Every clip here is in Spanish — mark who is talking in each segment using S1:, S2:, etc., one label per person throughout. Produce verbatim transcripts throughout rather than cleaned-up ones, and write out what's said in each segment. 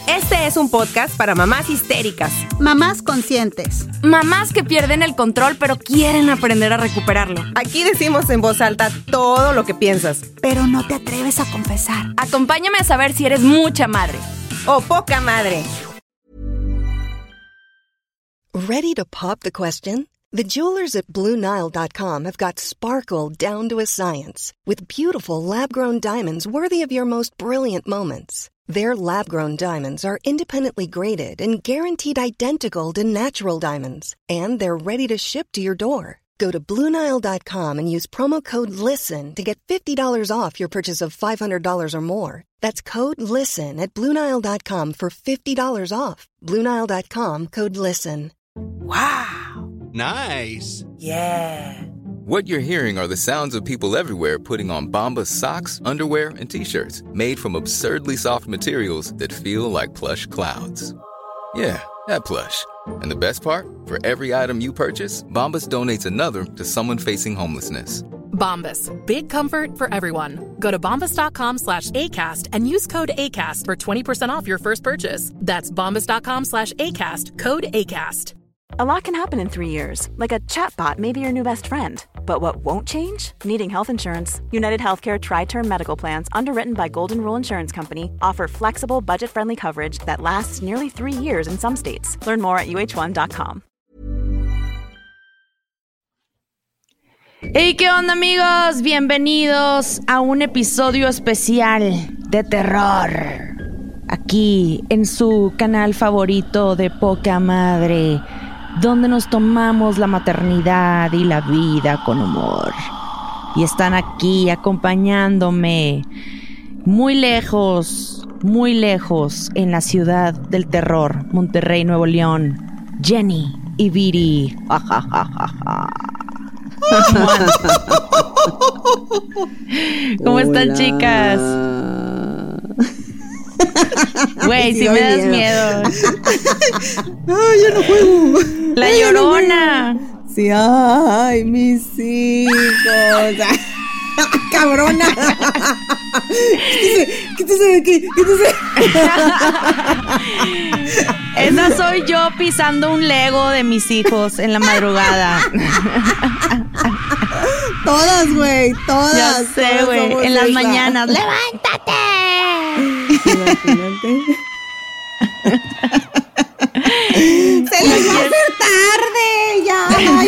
S1: Este es un podcast para mamás histéricas,
S2: mamás conscientes,
S3: mamás que pierden el control pero quieren aprender a recuperarlo.
S1: Aquí decimos en voz alta todo lo que piensas,
S2: pero no te atreves a confesar.
S3: Acompáñame a saber si eres mucha madre
S1: o poca madre.
S4: Ready to pop the question? The jewelers at Blue Nile dot com have got sparkle down to a science with beautiful lab-grown diamonds worthy of your most brilliant moments. Their lab-grown diamonds are independently graded and guaranteed identical to natural diamonds, and they're ready to ship to your door. Go to Blue Nile dot com and use promo code LISTEN to get fifty dollars off your purchase of five hundred dollars or more. That's code LISTEN at Blue Nile dot com for fifty dollars off. Blue Nile dot com, code LISTEN.
S1: Wow!
S5: Nice!
S1: Yeah!
S6: What you're hearing are the sounds of people everywhere putting on Bombas socks, underwear, and T-shirts made from absurdly soft materials that feel like plush clouds. Yeah, that plush. And the best part? For every item you purchase, Bombas donates another to someone facing homelessness.
S7: Bombas. Big comfort for everyone. Go to bombas.com slash ACAST and use code ACAST for twenty percent off your first purchase. That's bombas.com slash ACAST. Code ACAST.
S8: A lot can happen in three years, like a chatbot may be your new best friend. But what won't change? Needing health insurance. United Healthcare Tri-Term Medical Plans, underwritten by Golden Rule Insurance Company, offer flexible, budget-friendly coverage that lasts nearly three years in some states. Learn more at U H one dot com.
S3: Hey, ¿qué onda, amigos? Bienvenidos a un episodio especial de terror. Aquí, en su canal favorito de Poca Madre, donde nos tomamos la maternidad y la vida con humor. Y están aquí acompañándome muy lejos, muy lejos, en la ciudad del terror, Monterrey, Nuevo León, Jenny y Viri. Ja, ja, ja, ja, ja. ¿Cómo están, chicas? Güey, si sí me das miedo.
S9: No, yo no juego.
S3: La
S9: ay,
S3: Llorona.
S9: No, sí, ay, mis hijos. Cabrona. Quítese de aquí, quítese.
S3: Esa soy yo pisando un Lego de mis hijos en la madrugada.
S9: Todas, güey, todas.
S3: Ya sé, güey, en las mañanas. ¡Levántate!
S9: Imagínate. Se les va a hacer tarde. Ya,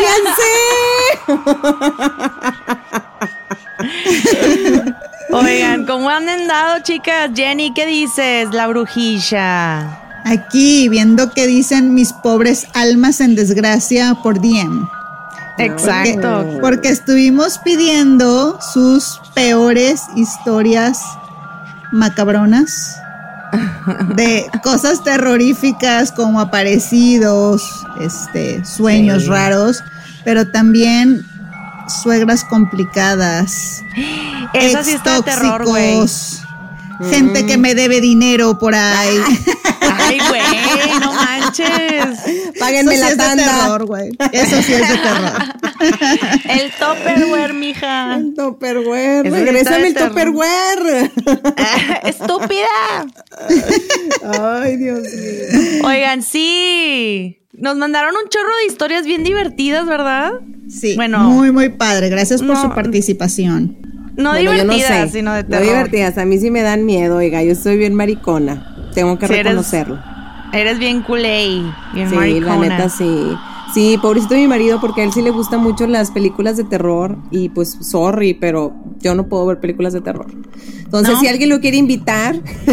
S9: váyanse.
S3: Oigan, ¿cómo han andado, chicas? Jenny, ¿qué dices? La brujilla.
S9: Aquí, viendo qué dicen mis pobres almas en desgracia por D M.
S3: Exacto.
S9: Porque, porque estuvimos pidiendo sus peores historias macabronas de cosas terroríficas como aparecidos, este, sueños sí. raros, pero también suegras complicadas.
S3: Esa sí está de terror, güey.
S9: Gente mm. que me debe dinero por ahí.
S3: Ay, güey, no manches.
S9: Páguenme sí la tanda. Eso sí es de terror, güey. Eso sí es de terror.
S3: El Tupperware, mija.
S9: El Tupperware. Regrésame el Tupperware.
S3: Estúpida.
S9: Ay, Dios mío.
S3: Oigan, sí. Nos mandaron un chorro de historias bien divertidas, ¿verdad?
S9: Sí. Bueno, muy, muy padre. Gracias por no, su participación.
S3: No bueno, divertidas, no sé. Sino de terror.
S9: No divertidas. A mí sí me dan miedo, oiga. Yo soy bien maricona. Tengo que sí, reconocerlo.
S3: Eres, eres bien culé, bien
S9: sí,
S3: maricona.
S9: Sí, la neta sí. Sí, pobrecito mi marido, porque a él sí le gustan mucho las películas de terror. Y pues, sorry, pero yo no puedo ver películas de terror. Entonces, ¿no? Si alguien lo quiere invitar,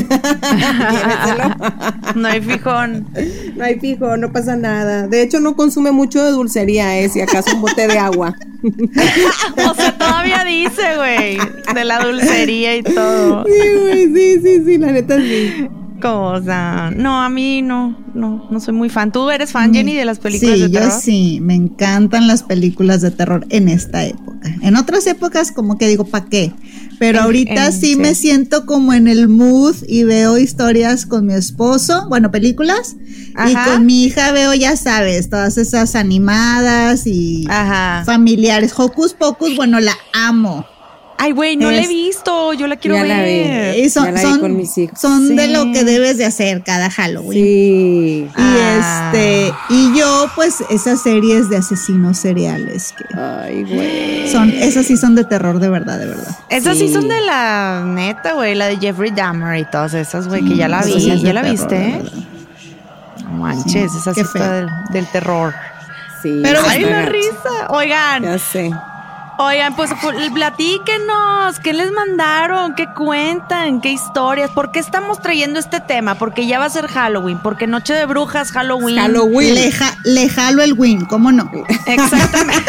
S3: no hay fijón.
S9: No hay fijón, no pasa nada. De hecho, no consume mucho de dulcería, ¿eh? Si acaso un bote de agua.
S3: O sea, todavía dice, güey, de la dulcería y todo.
S9: Sí, güey, sí, sí, sí, la neta sí.
S3: Cosa. No, a mí no, no, no soy muy fan. ¿Tú eres fan, Jenny, de las películas
S9: sí,
S3: de terror?
S9: Sí, yo sí, me encantan las películas de terror en esta época. En otras épocas como que digo, ¿pa' qué? Pero en, ahorita en, sí, sí me siento como en el mood y veo historias con mi esposo, bueno, películas. Ajá. Y con mi hija veo, ya sabes, todas esas animadas y Ajá. familiares. Hocus Pocus, bueno, la amo.
S3: Ay, güey, no
S9: Es-
S3: la he visto. Yo la quiero
S5: Ya la
S3: ver.
S5: vi.
S9: Y son,
S5: Ya la vi
S9: son,
S5: con mis hijos.
S9: son
S3: Sí.
S9: de lo que debes de hacer cada Halloween.
S5: Sí.
S9: Y
S3: Ah.
S9: este, y yo, pues, esas series de asesinos seriales que
S5: Ay, güey.
S9: son, esas sí son de terror de verdad, de verdad.
S3: Esas sí.
S5: Sí.
S3: son de la neta, güey. La de Jeffrey Dahmer y todas esas, güey, que ya la
S9: Eso
S3: vi.
S9: sí es de
S3: ¿Ya la
S9: terror,
S3: viste?
S9: de
S3: eh?
S9: verdad.
S3: No manches,
S9: Sí,
S3: esa sí
S9: qué
S3: está
S9: feo.
S3: del, del terror.
S5: Sí.
S9: Pero
S5: sí
S3: Ay,
S5: está
S3: la
S5: gacho.
S3: risa. Oigan,
S5: Ya sé.
S3: oigan, pues pu- platíquenos. ¿Qué les mandaron? ¿Qué cuentan? ¿Qué historias? ¿Por qué estamos trayendo este tema? Porque ya va a ser Halloween. Porque Noche de Brujas, Halloween.
S5: Halloween.
S9: Le, ja- le jalo el win, ¿cómo no?
S3: Exactamente.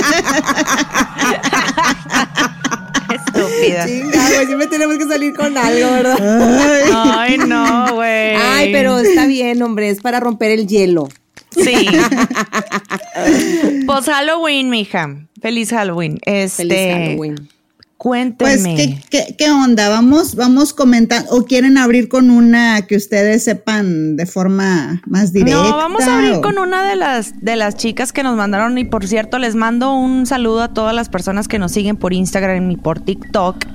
S3: Estúpida.
S5: Chinga, güey, siempre tenemos que salir con algo, ¿verdad?
S3: Ay, no, güey.
S5: Ay, pero está bien, hombre, es para romper el hielo.
S3: Sí. Pues Halloween, mija. Feliz Halloween. Este,
S5: Feliz Halloween.
S3: Cuéntenme.
S9: Pues, ¿qué, qué, qué onda? Vamos, vamos comentando, o quieren abrir con una que ustedes sepan de forma más directa.
S3: No, vamos a abrir
S9: o-
S3: con una de las de las chicas que nos mandaron. Y por cierto, les mando un saludo a todas las personas que nos siguen por Instagram y por TikTok.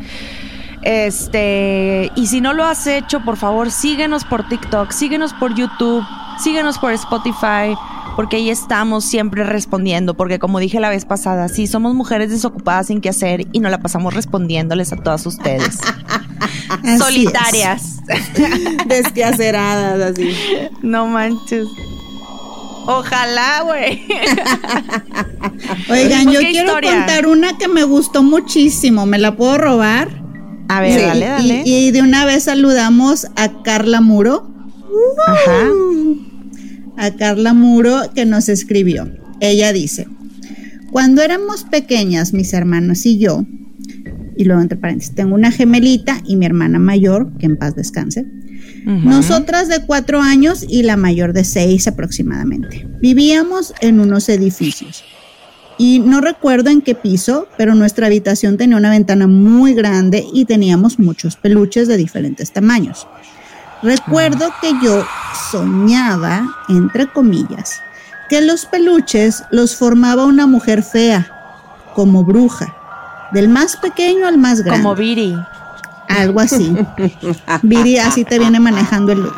S3: Este, y si no lo has hecho, por favor, síguenos por TikTok, síguenos por YouTube, síguenos por Spotify, porque ahí estamos siempre respondiendo, porque como dije la vez pasada, sí, somos mujeres desocupadas sin qué hacer y nos la pasamos respondiéndoles a todas ustedes.
S9: Así
S3: Solitarias.
S5: Desquaceradas, así.
S3: No manches. Ojalá, güey.
S9: Oigan,
S3: Pues,
S9: yo
S3: ¿qué
S9: quiero
S3: historia?
S9: contar una que me gustó muchísimo. ¿Me la puedo robar?
S3: A ver,
S9: Sí,
S3: dale, dale.
S9: Y, y de una vez saludamos a Carla Muro.
S3: Ajá.
S9: A Carla Muro que nos escribió. Ella dice: cuando éramos pequeñas, mis hermanos y yo, y luego entre paréntesis, tengo una gemelita y mi hermana mayor, que en paz descanse,
S3: Ujú.
S9: nosotras de cuatro años y la mayor de seis aproximadamente. Vivíamos en unos edificios. Y no recuerdo en qué piso, pero nuestra habitación tenía una ventana muy grande y teníamos muchos peluches de diferentes tamaños. Recuerdo que yo soñaba, entre comillas, que los peluches los formaba una mujer fea, como bruja, del más pequeño al más grande.
S3: Como Viri.
S9: Algo así. Viri así te viene manejando el look.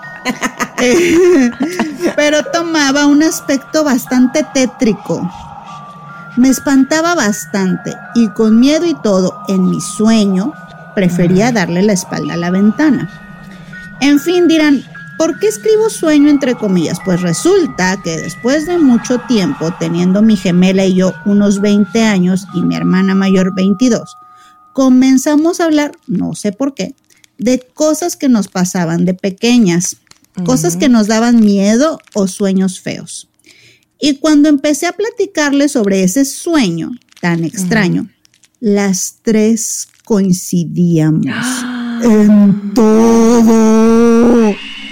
S9: Eh, Pero tomaba un aspecto bastante tétrico. Me espantaba bastante y con miedo y todo, en mi sueño, prefería darle la espalda a la ventana. En fin, dirán, ¿por qué escribo sueño entre comillas? Pues resulta que después de mucho tiempo, teniendo mi gemela y yo unos veinte años y mi hermana mayor veintidós, comenzamos a hablar, no sé por qué, de cosas que nos pasaban de pequeñas, cosas que nos daban miedo o sueños feos. Y cuando empecé a platicarle sobre ese sueño tan extraño, las tres coincidíamos en todo.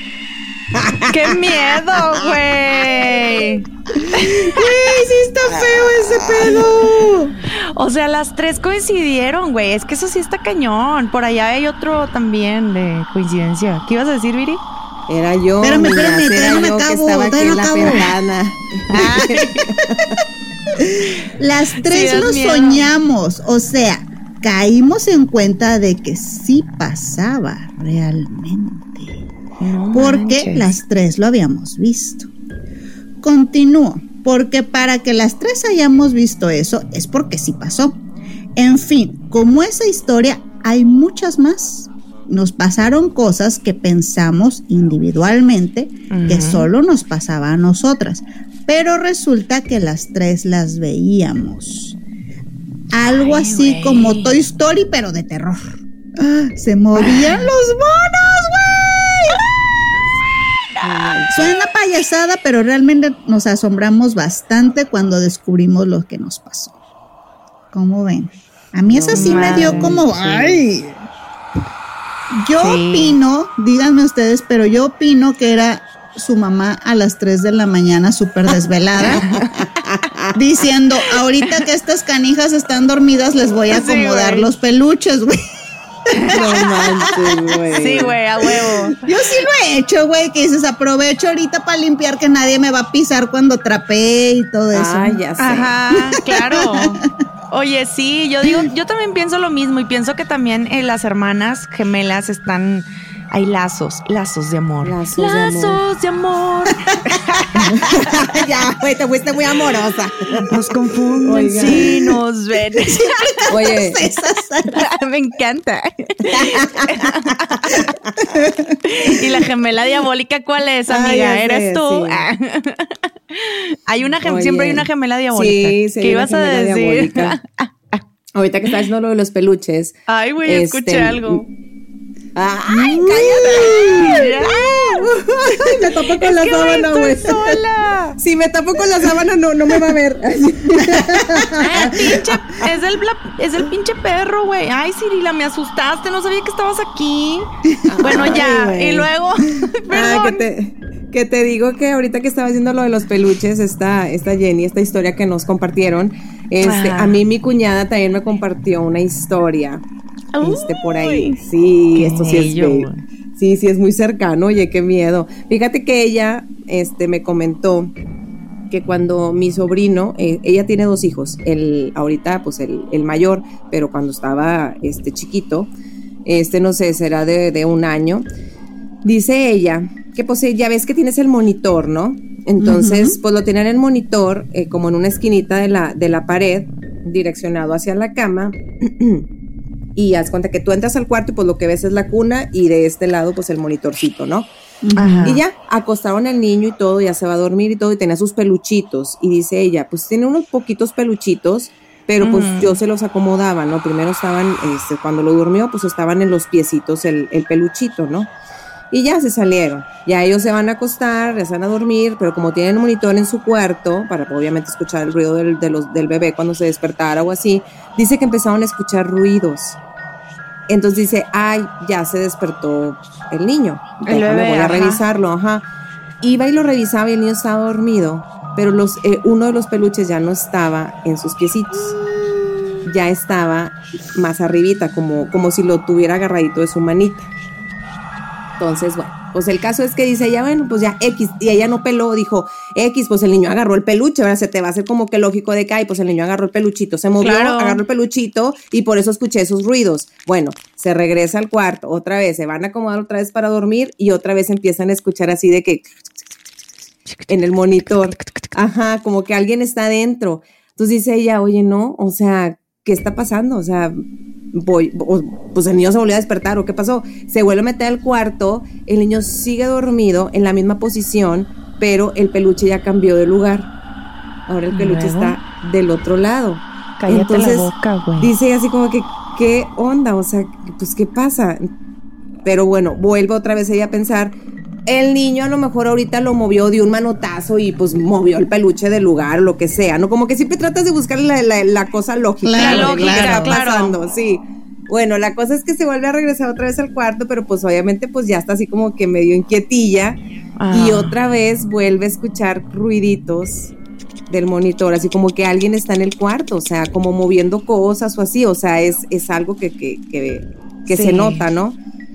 S3: ¡Qué miedo, güey!
S9: ¡Güey, sí está feo ese pedo!
S3: O sea, las tres coincidieron, güey. Es que eso sí está cañón. Por allá hay otro también de coincidencia. ¿Qué ibas a decir, Viri?
S5: Era yo,
S9: Espérame,
S5: niñas,
S9: espérame,
S5: era
S9: todavía no me
S5: yo que
S9: acabo,
S5: estaba aquí
S9: todavía
S5: en
S9: no
S5: la
S9: acabo.
S5: ventana.
S9: Las tres
S3: das
S9: lo
S3: miedo.
S9: soñamos, o sea, caímos en cuenta de que sí pasaba realmente.
S3: No
S9: Porque
S3: manches.
S9: las tres lo habíamos visto. Continúo, porque para que las tres hayamos visto eso es porque sí pasó. En fin, como esa historia, hay muchas más. Nos pasaron cosas que pensamos individualmente que
S3: Ujú.
S9: solo nos pasaba a nosotras, pero resulta que las tres las veíamos. Algo
S3: Ay,
S9: así
S3: güey.
S9: como Toy Story, pero de terror. ¡Ah! Se movían los monos, güey. Suena payasada, pero realmente nos asombramos bastante cuando descubrimos lo que nos pasó. ¿Cómo ven? A mí esa
S3: No
S9: sí me dio como,
S3: manches.
S9: ¡ay! Yo
S3: Sí.
S9: opino, díganme ustedes, pero yo opino que era su mamá a las tres de la mañana súper desvelada, diciendo, ahorita que estas canijas están dormidas, les voy a
S3: Sí,
S9: acomodar
S3: güey.
S9: los peluches, güey.
S5: No manches, güey.
S3: Sí, güey, a huevo.
S9: Yo sí lo he hecho, güey, que dices, aprovecho ahorita para limpiar que nadie me va a pisar cuando trapee y todo eso.
S5: Ah, ya sé.
S3: Ajá, claro. Oye, sí, yo digo, yo también pienso lo mismo y pienso que también eh, las hermanas gemelas están, hay lazos, lazos de amor.
S5: Lazos,
S3: lazos de amor.
S5: De amor. Ya, güey, te fuiste muy amorosa.
S3: Nos confunden,
S5: Oiga.
S3: sí, nos ven.
S5: Oye,
S3: me encanta. ¿Y la gemela diabólica cuál es, amiga?
S5: Ay, ya
S3: ¿Eres
S5: sé,
S3: tú?
S5: sí.
S3: Hay una gem-
S5: Oye,
S3: siempre hay una gemela diabólica.
S5: sí, sí,
S3: ¿Qué
S5: hay
S3: ibas
S5: una
S3: a
S5: gemela
S3: decir?
S5: diabólica. Ahorita que estás haciendo lo de los peluches.
S3: Ay, güey,
S5: este,
S3: escuché algo.
S5: ¡Ay, cállate! Ay, me tapo con
S3: Es
S5: la
S3: que,
S5: sábana,
S3: güey,
S5: güey.
S3: estoy sola.
S5: Si me tapo con la sábana, no, no me va a ver.
S3: Ah, pinche, es el, bla- es el pinche perro, güey. Ay, Cirila, me asustaste, no sabía que estabas aquí. Bueno,
S5: Ay,
S3: ya,
S5: güey.
S3: y luego,
S5: Ah,
S3: perdón.
S5: que te, que te digo que ahorita que estaba haciendo lo de los peluches, esta, esta Jenny, esta historia que nos compartieron, este,
S3: Ajá.
S5: a mí mi cuñada también me compartió una historia. Este, por ahí.
S3: Uy,
S5: Sí,
S3: qué
S5: esto sí es
S3: bello,
S5: bello.
S3: güey.
S5: Sí, sí es muy cercano, oye, qué miedo. Fíjate que ella, este, me comentó que cuando mi sobrino, eh, ella tiene dos hijos, el, ahorita pues el, el mayor, pero cuando estaba este chiquito, este no sé, será de, de un año, dice ella que pues ya ves que tienes el monitor, ¿no? Entonces, uh-huh. pues lo tienen en el monitor, eh, como en una esquinita de la, de la pared, direccionado hacia la cama. Y haz cuenta que tú entras al cuarto y pues lo que ves es la cuna y de este lado pues el monitorcito, ¿no? Ajá. Y ya acostaron al niño y todo, ya se va a dormir y todo, y tenía sus peluchitos. Y dice ella, pues tiene unos poquitos peluchitos, pero pues mm. yo se los acomodaba, ¿no? Primero estaban, este, cuando lo durmió, pues estaban en los piecitos el, el peluchito, ¿no? Y ya se salieron. Ya ellos se van a acostar, ya se van a dormir, pero como tienen el monitor en su cuarto, para obviamente escuchar el ruido del, de los, del bebé cuando se despertara o así, dice que empezaron a escuchar ruidos. Entonces dice, ay, ya se despertó el niño.
S3: El
S5: Déjame,
S3: bebé,
S5: voy a
S3: ajá.
S5: revisarlo, ajá. Iba y lo revisaba y el niño estaba dormido, pero los, eh, uno de los peluches ya no estaba en sus piecitos. Ya estaba más arribita, como, como si lo tuviera agarradito de su manita. Entonces, bueno, pues el caso es que dice ella, bueno, pues ya X, y ella no peló, dijo X, pues el niño agarró el peluche, ahora se te va a hacer como que lógico de que, ay, pues el niño agarró el peluchito, se movió,
S3: claro.
S5: agarró el peluchito y por eso escuché esos ruidos. Bueno, se regresa al cuarto, otra vez, se van a acomodar otra vez para dormir y otra vez empiezan a escuchar así de que en el monitor, ajá, como que alguien está adentro. Entonces dice ella, oye, no, o sea, ¿qué está pasando? O sea, voy, pues el niño se volvió a despertar, ¿o qué pasó? Se vuelve a meter al cuarto, el niño sigue dormido en la misma posición, pero el peluche ya cambió de lugar. Ahora el peluche
S3: ¿Luego?
S5: está del otro lado.
S3: Cállate
S5: Entonces,
S3: la boca, güey.
S5: dice así como que, ¿qué onda? O sea, pues, ¿qué pasa? Pero bueno, vuelve otra vez ella a pensar, el niño a lo mejor ahorita lo movió de un manotazo y pues movió el peluche del lugar o lo que sea, ¿no? Como que siempre tratas de buscar la, la, la cosa lógica.
S9: Claro,
S5: ¿no?
S9: claro,
S5: que está
S3: claro.
S5: pasando, sí. Bueno, la cosa es que se vuelve a regresar otra vez al cuarto, pero pues obviamente pues ya está así como que medio inquietilla
S3: Ah.
S5: y otra vez vuelve a escuchar ruiditos del monitor, así como que alguien está en el cuarto, o sea, como moviendo cosas o así, o sea, es, es algo que, que, que, que
S3: Sí.
S5: se nota, ¿no?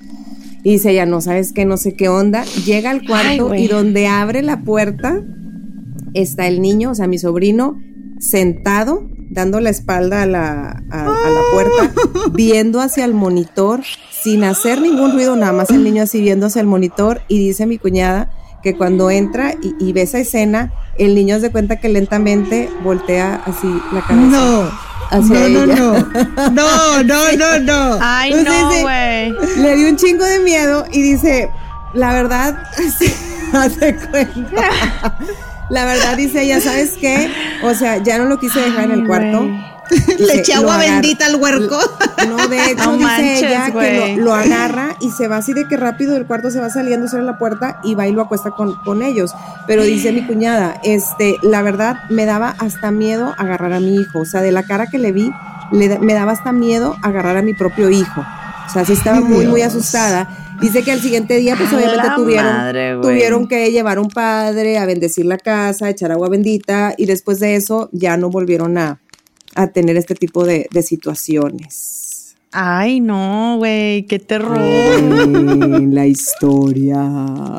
S5: Y dice ella, no sabes qué, no sé qué onda. Llega al cuarto
S3: Ay,
S5: y donde abre la puerta está el niño, o sea, mi sobrino, sentado, dando la espalda a la, a, a la puerta, viendo hacia el monitor, sin hacer ningún ruido, nada más el niño así viendo hacia el monitor. Y dice mi cuñada que cuando entra y, y ve esa escena, el niño se da cuenta que lentamente voltea así la cabeza.
S9: No.
S5: Hacia
S9: No, no,
S5: ella.
S9: no. No, no, no, no.
S3: Ay,
S5: Entonces
S3: no,
S5: dice,
S3: güey.
S5: le dio un chingo de miedo y dice, la verdad, sí, hace cuenta. La verdad, dice ella, ¿sabes qué? O sea, ya no lo quise dejar en el
S3: Ay,
S5: cuarto.
S3: güey.
S9: Le eché agua bendita al huerco.
S5: No, de hecho,
S3: No
S5: dice
S3: manches,
S5: ella
S3: güey.
S5: que lo, lo agarra y se va así de que rápido del cuarto, se va saliendo, cierra la puerta y va y lo acuesta con, con ellos. Pero dice mi cuñada, este, la verdad, me daba hasta miedo agarrar a mi hijo. O sea, de la cara que le vi, le, me daba hasta miedo agarrar a mi propio hijo. O sea, sí estaba muy, muy asustada. Dice que al siguiente día, pues
S3: A
S5: obviamente
S3: la
S5: tuvieron,
S3: madre, güey.
S5: tuvieron que llevar a un padre a bendecir la casa, echar agua bendita, y después de eso ya no volvieron a, a tener este tipo de, de situaciones.
S3: Ay, no, güey, qué terror.
S5: Ay, la historia.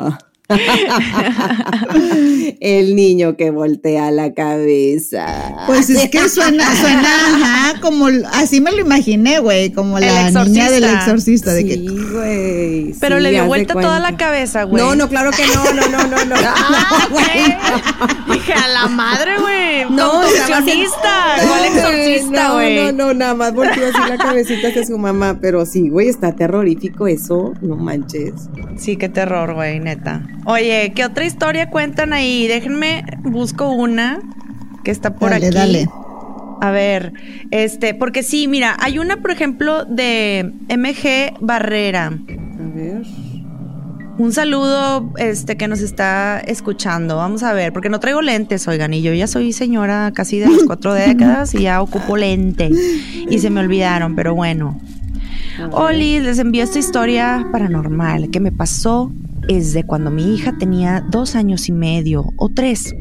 S5: El niño que voltea la cabeza.
S9: Pues es que suena, suena, ajá, como, así me lo imaginé, güey, como
S3: El
S9: la
S3: exorcista.
S9: niña del exorcista. De
S5: Sí,
S9: que,
S5: güey.
S3: Pero
S5: sí,
S3: le dio
S5: haz de
S3: vuelta toda
S5: cuenta.
S3: la cabeza, güey.
S5: No, no, claro que no, no, no, no, no.
S3: Ah,
S5: No, güey.
S3: ¿qué? Dije, a la madre, güey.
S5: No,
S3: Contorsionista. ¿Cuál exorcista,
S5: no,
S3: güey?
S5: no, no, nada más volteó así la cabecita hacia su mamá, pero sí, güey, está terrorífico eso, no manches.
S3: Sí, qué terror, güey, neta. Oye, ¿qué otra historia cuentan ahí? Déjenme, busco una que está por
S9: dale,
S3: aquí.
S9: dale.
S3: A ver, este, porque sí, mira, hay una, por ejemplo, de M G Barrera.
S5: A ver.
S3: Un saludo, este, que nos está escuchando. Vamos a ver, porque no traigo lentes, oigan, y yo ya soy señora casi de las cuatro décadas y ya ocupo lente. Y se me olvidaron, pero bueno. Oli, les envío esta historia paranormal que me pasó desde cuando mi hija tenía dos años y medio o tres.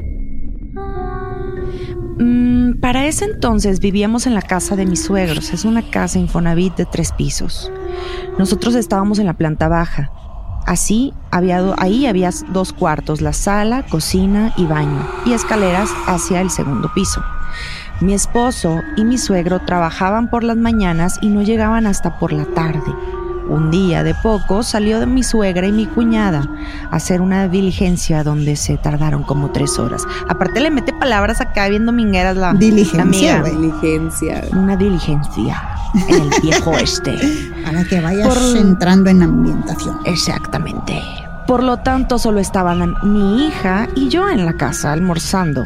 S3: Mm, para ese entonces vivíamos en la casa de mis suegros. Es una casa Infonavit de tres pisos. Nosotros estábamos en la planta baja. Así, había do- ahí había dos cuartos, la sala, cocina y baño, y escaleras hacia el segundo piso. Mi esposo y mi suegro trabajaban por las mañanas y no llegaban hasta por la tarde. Un día de poco salió de mi suegra y mi cuñada a hacer una diligencia donde se tardaron como tres horas. Aparte le mete palabras acá bien domingueras la,
S9: Diligencia,
S3: la amiga.
S9: güey.
S5: Diligencia.
S3: Una diligencia en el viejo este.
S9: Para que vayas
S3: Por-
S9: entrando en ambientación.
S3: Exactamente. Por lo tanto, solo estaban mi hija y yo en la casa almorzando.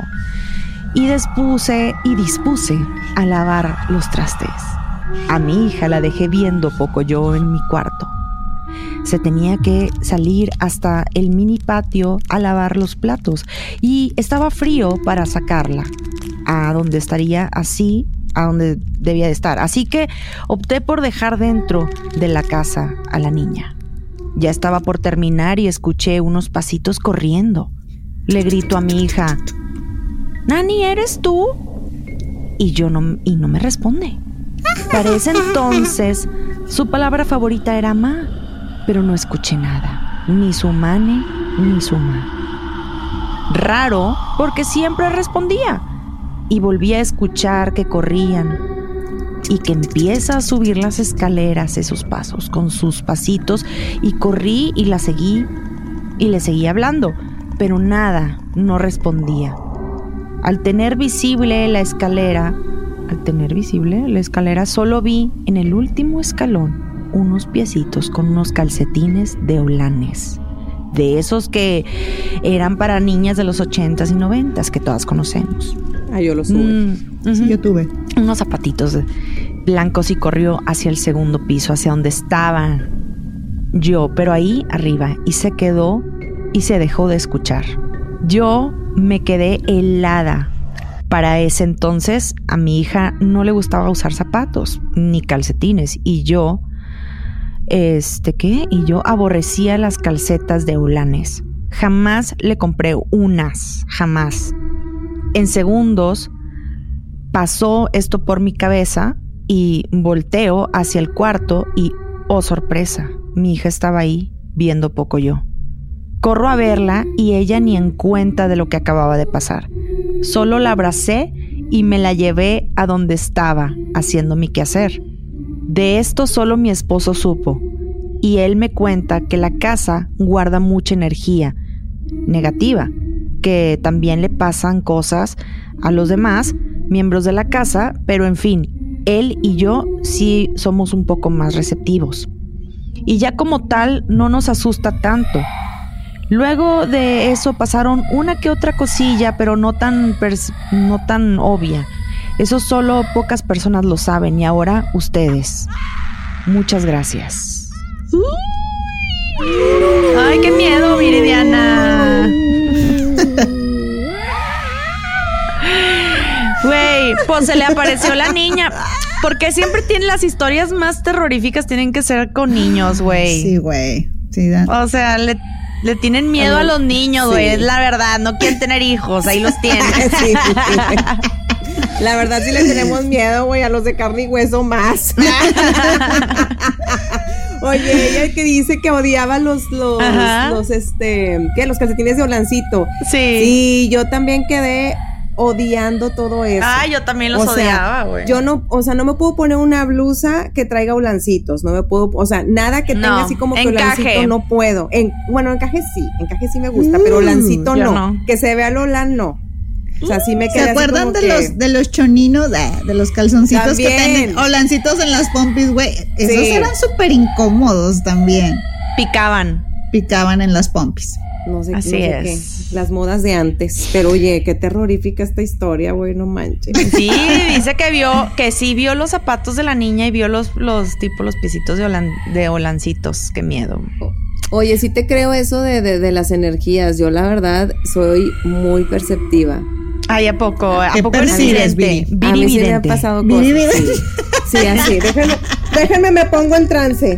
S3: Y dispuse y dispuse a lavar los trastes. A mi hija la dejé viendo poco yo en mi cuarto. Se tenía que salir hasta el mini patio a lavar los platos y estaba frío para sacarla a donde estaría así, a donde debía de estar. Así que opté por dejar dentro de la casa a la niña. Ya estaba por terminar y escuché unos pasitos corriendo. Le grito a mi hija: Nani, ¿eres tú? Y yo no, y no me responde. Para ese entonces, su palabra favorita era ma, pero no escuché nada, ni su mane, ni su ma. Raro, porque siempre respondía. Y volví a escuchar que corrían y que empieza a subir las escaleras esos pasos con sus pasitos, y corrí y la seguí y le seguí hablando, pero nada, no respondía. Al tener visible la escalera, al tener visible la escalera, solo vi en el último escalón unos piecitos con unos calcetines de holanes. De esos que eran para niñas de los ochentas y noventas, que todas conocemos.
S5: Ah, yo lo sube.
S3: Mm, ujú.
S9: Sí, yo tuve.
S3: Unos zapatitos blancos, y corrió hacia el segundo piso, hacia donde estaba yo, pero ahí arriba, y se quedó y se dejó de escuchar. Yo me quedé helada. Para ese entonces a mi hija no le gustaba usar zapatos ni calcetines, y yo, este, ¿qué? Y yo aborrecía las calcetas de holanes. Jamás le compré unas, jamás. En segundos pasó esto por mi cabeza y volteo hacia el cuarto y, oh sorpresa, mi hija estaba ahí viendo poco yo. Corro a verla y ella ni en cuenta de lo que acababa de pasar. Solo la abracé y me la llevé a donde estaba haciendo mi quehacer. De esto solo mi esposo supo, y él me cuenta que la casa guarda mucha energía negativa, que también le pasan cosas a los demás miembros de la casa, pero en fin, él y yo sí somos un poco más receptivos. Y ya como tal no nos asusta tanto. Luego de eso pasaron una que otra cosilla, pero no tan, pers- no tan obvia. Eso solo pocas personas lo saben, y ahora ustedes. Muchas gracias. ¡Ay, qué miedo, Viridiana! Güey, pues se le apareció la niña. Porque siempre tienen las historias más terroríficas, tienen que ser con niños, güey.
S9: Sí, güey. Sí, da-
S3: O sea, le, le tienen miedo a los niños, güey.
S5: Sí.
S3: Es la verdad, no quieren tener hijos, ahí los tienen.
S5: Sí, sí, sí. La verdad sí le tenemos miedo, güey, a los de carne y hueso más. Oye, ella que dice que odiaba los, los, los, este, ¿qué? Los calcetines de Olancito.
S3: Sí.
S5: Sí, yo también quedé odiando todo eso.
S3: Ah, yo también los
S5: o sea,
S3: odiaba, güey.
S5: Yo no, o sea, no me puedo poner una blusa que traiga olancitos, no me puedo, o sea, nada que tenga
S3: no,
S5: así como que
S3: encaje.
S5: olancito no puedo. En, bueno, encaje sí, encaje sí me gusta, mm, pero olancito no. no. Que se vea el olán no. O sea, sí me quedé
S9: ¿Se acuerdan de
S5: que...
S9: los de los choninos, de, de los calzoncitos
S5: también.
S9: Que tienen olancitos en las pompis, güey? Esos
S5: sí.
S9: eran súper incómodos también.
S3: Picaban.
S9: Picaban en las pompis.
S5: No sé,
S3: Así
S5: no sé
S3: es.
S5: qué. Las modas de antes. Pero oye, qué terrorífica esta historia, güey, no manches.
S3: Sí, dice que vio, que sí vio los zapatos de la niña y vio los, los tipo los piecitos de, holan, de olancitos. Qué miedo.
S5: Oye, sí te creo eso de, de, de las energías. Yo la verdad soy muy perceptiva.
S3: Ay, ¿a poco? ¿A
S9: ¿Qué
S3: poco eres
S9: percibes,
S3: vidente?
S5: A mí sí me han pasado cosas. Sí, sí, así. Déjenme, déjenme me pongo en trance.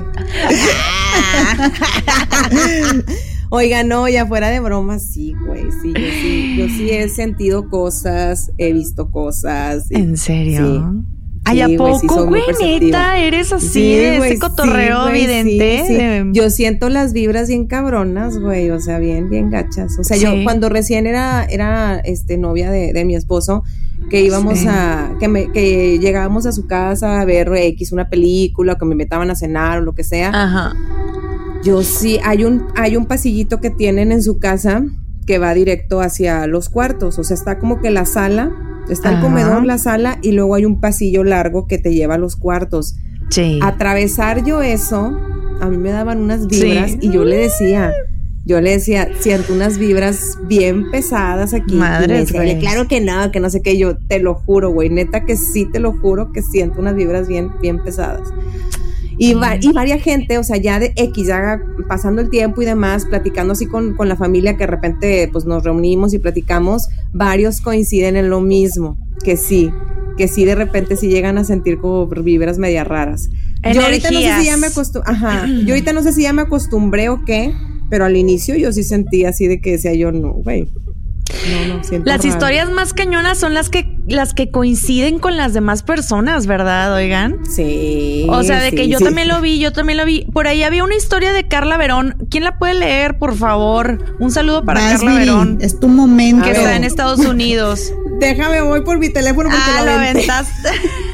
S5: Oiga, no, ya fuera de broma, sí, güey, sí, yo sí, yo sí he sentido cosas, he visto cosas. Y,
S3: ¿en serio? Sí. Ay, ¿a
S5: sí,
S3: poco, güey,
S5: sí,
S3: neta? ¿Eres así
S5: sí,
S3: de
S5: wey,
S3: ese cotorreo
S5: sí, wey,
S3: evidente?
S5: Sí, sí.
S3: De...
S5: Yo siento las vibras bien cabronas, güey, o sea, bien, bien gachas. O sea, sí. yo cuando recién era, era este, novia de, de mi esposo, que íbamos sí. a, que, me, que llegábamos a su casa a ver X, una película, o que me invitaban a cenar o lo que sea.
S3: Ajá.
S5: Yo sí, hay un, hay un pasillito que tienen en su casa que va directo hacia los cuartos, o sea, está como que la sala, está el comedor, la sala, y luego hay un pasillo largo que te lleva a los cuartos.
S3: Sí.
S5: Atravesar yo eso, a mí me daban unas vibras, sí. y yo le decía, yo le decía, siento unas vibras bien pesadas aquí.
S3: Madre,
S5: y me decía, claro que no, que no sé qué, yo te lo juro, güey, neta que sí te lo juro que siento unas vibras bien, bien pesadas. Y, va, y varia gente, o sea, ya de X, ya pasando el tiempo y demás, platicando así con, con la familia, que de repente pues nos reunimos y platicamos, varios coinciden en lo mismo, que sí, que sí de repente sí llegan a sentir como vibras media raras. Energías. Yo ahorita no sé si ya me acostumbré, ajá, yo ahorita no sé si ya me acostumbré o qué, pero al inicio yo sí sentía así de que decía yo, no, güey. No, no, siento
S3: las
S5: raro.
S3: Historias más cañonas son las que las que coinciden con las demás personas, ¿verdad, oigan?
S5: Sí.
S3: O sea, de
S5: sí,
S3: que yo
S5: sí.
S3: también lo vi, yo también lo vi. Por ahí había una historia de Carla Verón. ¿Quién la puede leer, por favor? Un saludo para
S9: Vas,
S3: Carla
S9: Viri,
S3: Verón.
S9: Es tu momento.
S3: Que está en Estados Unidos.
S5: Déjame, voy por mi teléfono porque
S3: ah,
S5: lo
S3: lo
S5: aventé.
S3: aventaste.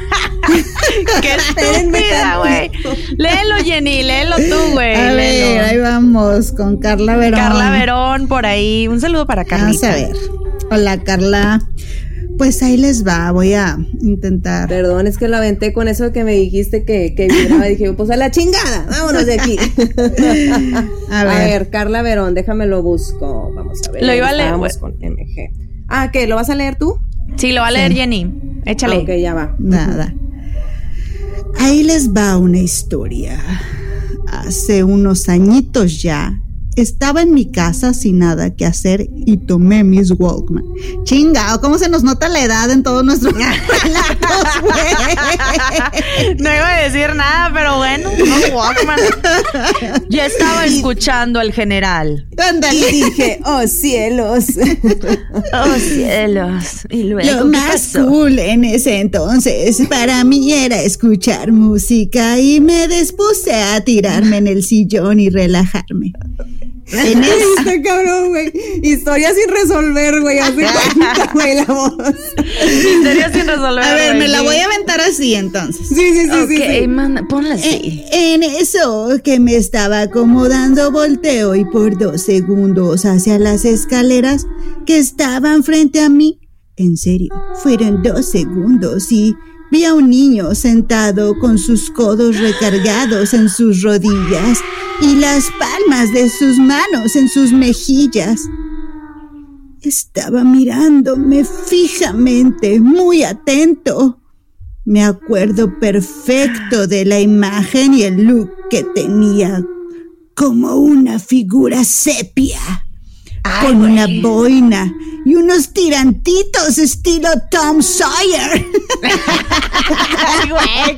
S3: Qué estúpida, güey. Léelo, Jenny, léelo tú, güey.
S9: A
S3: léelo.
S9: ver, ahí vamos con Carla Verón.
S3: Carla Verón, por ahí. Un saludo para Carlita.
S9: Vamos a ver. Hola, Carla. Pues ahí les va, voy a intentar.
S5: Perdón, es que lo aventé con eso que me dijiste que, que vibraba. Dije, pues a la chingada, vámonos de aquí. a, ver. a ver, Carla Verón, déjame lo busco. Vamos a ver.
S3: Lo iba a leer.
S5: Vamos con M G. Ah, ¿qué? ¿Lo vas a leer tú?
S3: Sí, lo va a leer
S9: sí.
S3: Jenny. Échale.
S5: Ah, ok, ya va.
S9: Nada. Ahí les va una historia. Hace unos añitos ya, estaba en mi casa sin nada que hacer y tomé mis Walkman. Chingao, ¿cómo se nos nota la edad en todos nuestros relatos, güey?
S3: No iba a decir nada, pero bueno, no Walkman. Ya estaba escuchando al general.
S5: Ándale. Y dije, oh cielos.
S3: Oh cielos. Y luego,
S9: lo más
S3: pasó?
S9: cool en ese entonces para mí era escuchar música y me dispuse a tirarme en el sillón y relajarme. En
S5: este cabrón, güey. Historia sin resolver, güey. Así cuenta, güey, la voz.
S3: Historia sin resolver.
S9: A ver,
S3: güey.
S9: me la voy a aventar así entonces.
S5: Sí, sí, sí,
S3: okay,
S5: sí. sí.
S3: Manda, ponla así.
S9: En, en eso que me estaba acomodando, volteo y por dos segundos hacia las escaleras que estaban frente a mí. En serio, fueron dos segundos y vi a un niño sentado con sus codos recargados en sus rodillas y las palmas de sus manos en sus mejillas. Estaba mirándome fijamente, muy atento. Me acuerdo perfecto de la imagen y el look que tenía, como una figura sepia. Ay, con güey. Una boina y unos tirantitos estilo Tom Sawyer.
S3: Ay, güey,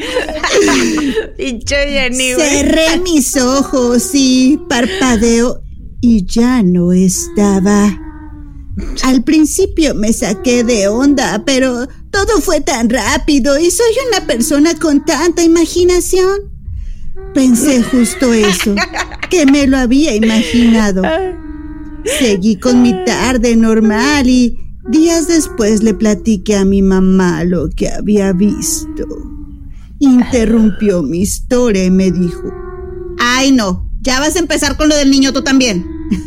S3: ¿qué? Pinche Jenny, güey.
S9: Cerré mis ojos y parpadeo y ya no estaba. Al principio me saqué de onda, pero todo fue tan rápido y soy una persona con tanta imaginación. pensé justo eso, que me lo había imaginado. Seguí con mi tarde normal y días después le platiqué a mi mamá lo que había visto. Interrumpió mi historia y me dijo: ay no, ya vas a empezar con lo del niño tú también.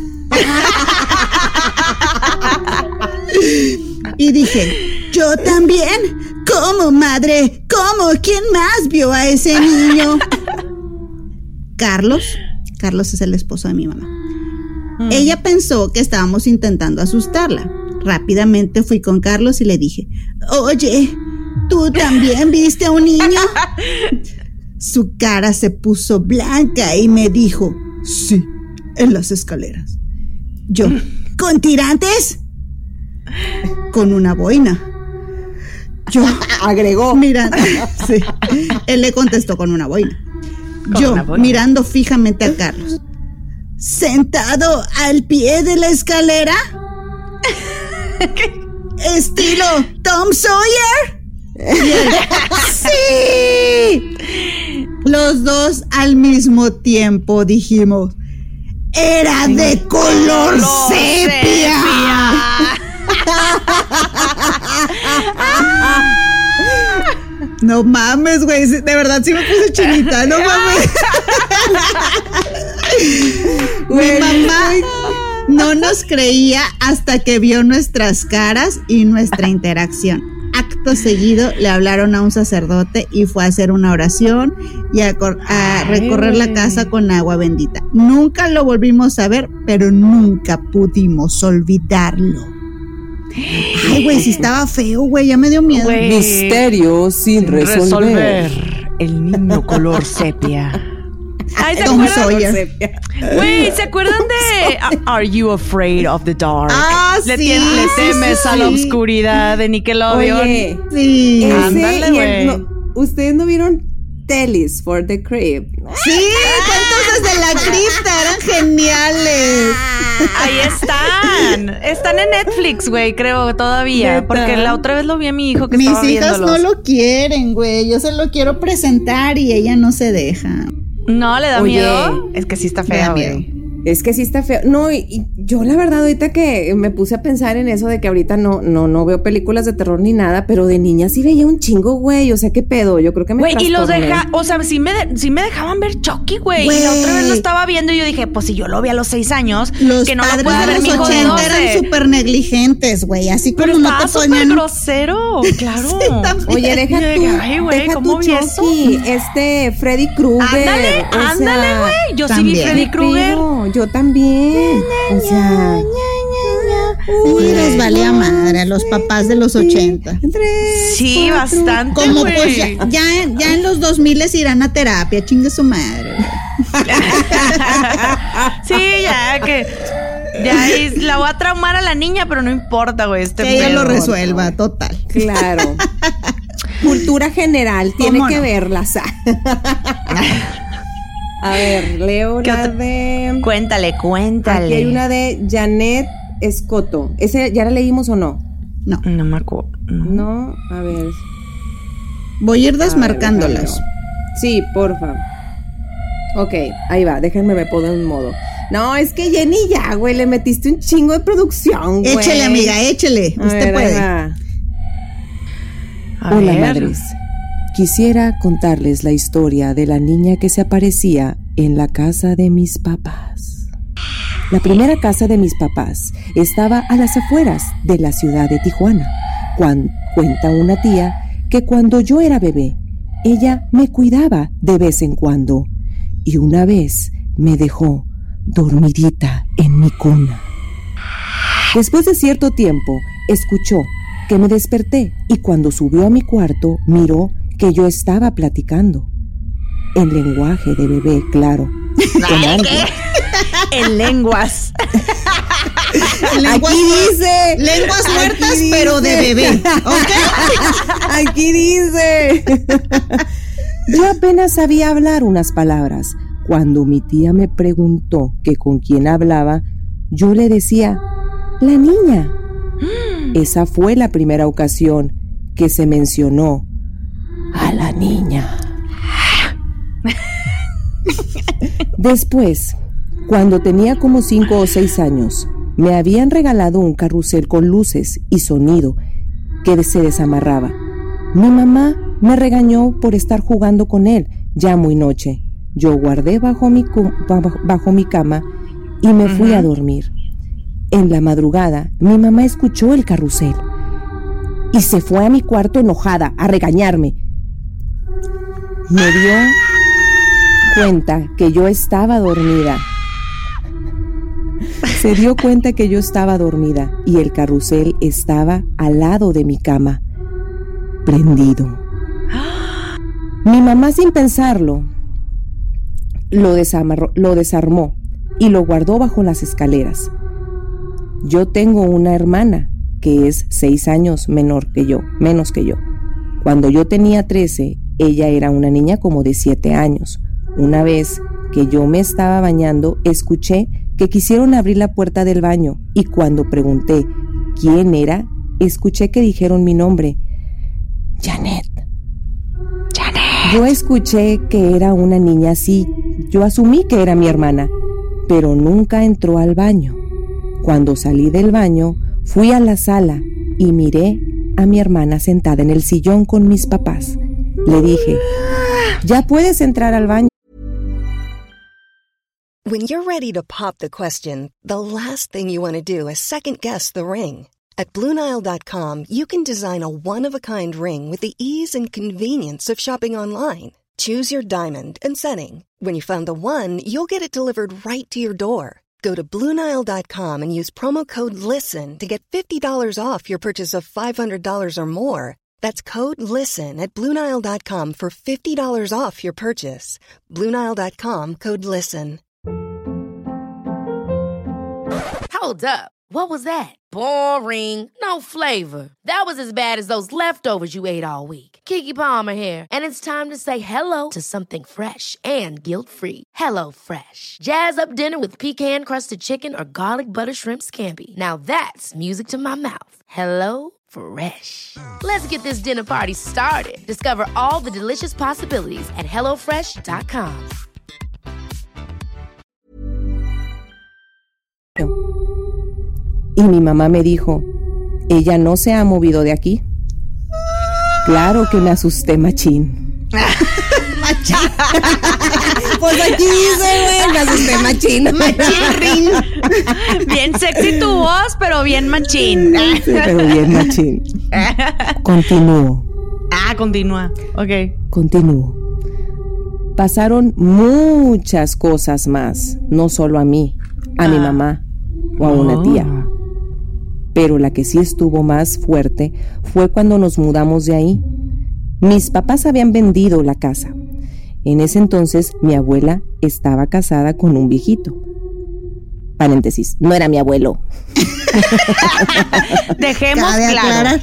S9: Y dije: yo también. ¿Cómo, madre? ¿Cómo? ¿Quién más vio a ese niño? Carlos. Carlos es el esposo de mi mamá. Mm. Ella pensó que estábamos intentando asustarla. Rápidamente fui con Carlos y le dije: oye, ¿tú también viste a un niño? Su cara se puso blanca y me dijo: sí, en las escaleras. Yo: ¿con tirantes? Con una boina. Yo,
S5: agregó.
S9: Mira, sí, él le contestó: con una boina. Yo, una boina. Mirando fijamente a Carlos: ¿sentado al pie de la escalera? ¿Estilo Tom Sawyer? Y él: ¡sí! Los dos al mismo tiempo dijimos: ¡era de color, color sepia! sepia. No mames, güey, de verdad sí me puse chinita, no mames. Mi mamá no nos creía hasta que vio nuestras caras y nuestra interacción. Acto seguido le hablaron a un sacerdote y fue a hacer una oración y a, cor- a recorrer la casa con agua bendita. Nunca lo volvimos a ver, pero nunca pudimos olvidarlo. Ay, güey, si estaba feo, güey, ya me dio miedo.
S1: Wey.
S5: Misterio sin, sin resolver.
S3: resolver. El niño color sepia.
S1: Ay, ¿se
S9: Tom
S1: acuerdan? Güey, ¿se acuerdan de Are You Afraid of the Dark?
S9: Ah,
S1: le
S9: sí.
S1: Tien, le temes
S9: sí.
S1: a la oscuridad de Nickelodeon.
S5: Oye,
S9: sí.
S5: Ese
S1: Ándale,
S5: y el,
S1: güey.
S5: no, ¿ustedes no vieron Tales for the Crypt?
S9: Sí, cuentos desde la cripta, eran geniales.
S1: Ahí están. Están en Netflix, güey, creo, todavía.
S5: ¿Neta?
S1: Porque la otra vez lo vi a mi hijo que
S9: Mis
S1: estaba
S9: hijas
S1: viéndolos.
S9: no lo quieren, güey. Yo se lo quiero presentar y ella no se deja.
S1: No, ¿le da
S5: Oye,
S1: miedo? Es que sí está
S9: me da
S1: fea,
S9: miedo.
S1: güey.
S5: Es que sí está feo. No, y, y yo la verdad ahorita que me puse a pensar en eso de que ahorita no, no, no veo películas de terror ni nada, pero de niña sí veía un chingo, güey. O sea, ¿qué pedo? Yo creo que me
S1: Güey, y los
S5: trastorné.
S1: deja, o sea, sí me, de, sí me dejaban ver Chucky, güey.
S9: Güey.
S1: Y la otra vez lo estaba viendo y yo dije, pues si yo lo vi a los seis años,
S9: Los
S1: que no lo
S9: padres
S1: puede
S9: de
S1: ver
S9: los
S1: mi hijo de
S9: ochenta
S1: doce.
S9: eran súper negligentes, güey. Así
S1: Pero
S9: como no
S1: estaba
S9: te
S1: súper
S9: ponían.
S1: grosero, claro.
S9: Sí, también.
S5: Oye, deja
S1: Y yo
S5: tú,
S1: dije, ay, güey,
S5: deja
S1: ¿cómo
S5: tú
S1: vi
S5: Chucky, este Freddy Krueger.
S1: Ándale,
S5: o sea,
S1: ándale, güey. Yo
S9: también.
S1: sí vi Freddy Krueger.
S5: Pero yo también. O sea,
S9: Y les valía madre a los papás de los ochenta.
S5: Tres,
S1: Sí,
S5: cuatro.
S1: bastante,
S9: Como
S1: güey.
S9: pues ya, ya, ya en los dos mil les irán a terapia, chingue su madre.
S1: Sí, ya que ya es- la voy a traumar a la niña, pero no importa, güey. Este
S9: Que ella
S1: pedo.
S9: lo resuelva, total.
S5: Claro. Cultura general, tiene
S9: ¿Cómo
S5: que
S9: no?
S5: verlas. A ver, leo
S1: ¿Qué
S5: la
S1: otra?
S5: de...
S1: Cuéntale, cuéntale.
S5: Aquí hay una de Janet Escoto. ¿Ese ya la leímos o no?
S9: No,
S1: No me acuerdo.
S5: No, a ver.
S9: voy a ir
S5: A ver,
S9: desmarcándolas.
S5: déjame. Sí, porfa. Ok, ahí va, déjenme me pongo en modo. No, es que Jenny ya, güey, le metiste un chingo de producción, güey.
S9: Échele, amiga, échele.
S5: A
S9: Usted
S5: ver,
S9: puede.
S5: ahí va.
S1: A
S5: Hola,
S1: ver.
S5: madres. Quisiera contarles la historia de la niña que se aparecía en la casa de mis papás. La primera casa de mis papás estaba a las afueras de la ciudad de Tijuana. Cuan, cuenta una tía que cuando yo era bebé, ella me cuidaba de vez en cuando y una vez me dejó dormidita en mi cuna. Después de cierto tiempo, escuchó que me desperté y cuando subió a mi cuarto, miró que yo estaba platicando. En lenguaje de bebé, claro. Con algo.
S1: En lenguas.
S9: Lenguas,
S5: Aquí dice.
S9: lenguas
S5: Aquí
S9: muertas,
S5: dice.
S9: pero de bebé. ¿Ok?
S5: Aquí dice. Yo apenas sabía hablar unas palabras. Cuando mi tía me preguntó que con quién hablaba, yo le decía, la niña. Esa fue la primera ocasión que se mencionó a la niña. Después, cuando tenía como cinco o seis años, me habían regalado un carrusel con luces y sonido que se desamarraba. Mi mamá me regañó por estar jugando con él, ya muy noche. Yo guardé bajo mi, bajo, bajo mi cama y me uh-huh. fui a dormir. En la madrugada, mi mamá escuchó el carrusel y se fue a mi cuarto enojada a regañarme. Me dio cuenta que yo estaba dormida. Se dio cuenta que yo estaba dormida y el carrusel estaba al lado de mi cama, prendido. Mi mamá, sin pensarlo, lo desamarró, lo desarmó y lo guardó bajo las escaleras. Yo tengo una hermana que es seis años menor que yo, menos que yo. Cuando yo tenía trece, ella era una niña como de siete años. Una vez que yo me estaba bañando, escuché que quisieron abrir la puerta del baño y cuando pregunté quién era, escuché que dijeron mi nombre, Janet. Janet. Yo escuché que era una niña así, yo asumí que era mi hermana, pero nunca entró al baño. Cuando salí del baño, fui a la sala y miré a mi hermana sentada en el sillón con mis papás. Le dije, ya puedes entrar al baño.
S4: When you're ready to pop the question, the last thing you want to do is second-guess the ring. At Blue Nile dot com, you can design a one-of-a-kind ring with the ease and convenience of shopping online. Choose your diamond and setting. When you find the one, you'll get it delivered right to your door. Go to Blue Nile dot com and use promo code LISTEN to get fifty dollars off your purchase of five hundred dollars or more. That's code LISTEN at Blue Nile dot com for fifty dollars off your purchase. Blue Nile dot com, code LISTEN.
S10: Hold up. What was that? Boring. No flavor. That was as bad as those leftovers you ate all week. Keke Palmer here, and it's time to say hello to something fresh and guilt-free. Hello Fresh. Jazz up dinner with pecan-crusted chicken or garlic butter shrimp scampi. Now that's music to my mouth. Hello Fresh. Let's get this dinner party started. Discover all the delicious possibilities at hello fresh dot com.
S5: Y mi mamá me dijo, ella no se ha movido de aquí. Claro que me asusté machín.
S9: Machín.
S5: Pues aquí dice, güey, me asusté machín.
S1: Machín. Bien sexy tu voz, pero bien machín.
S5: Sí, pero bien machín. Continúo.
S1: Ah, continúa. Ok.
S5: Continúo. Pasaron muchas cosas más, no solo a mí, a ah. mi mamá o a una tía. Pero la que sí estuvo más fuerte fue cuando nos mudamos de ahí. Mis papás habían vendido la casa. En ese entonces mi abuela estaba casada con un viejito. Paréntesis, no era mi abuelo.
S1: Dejemos claro.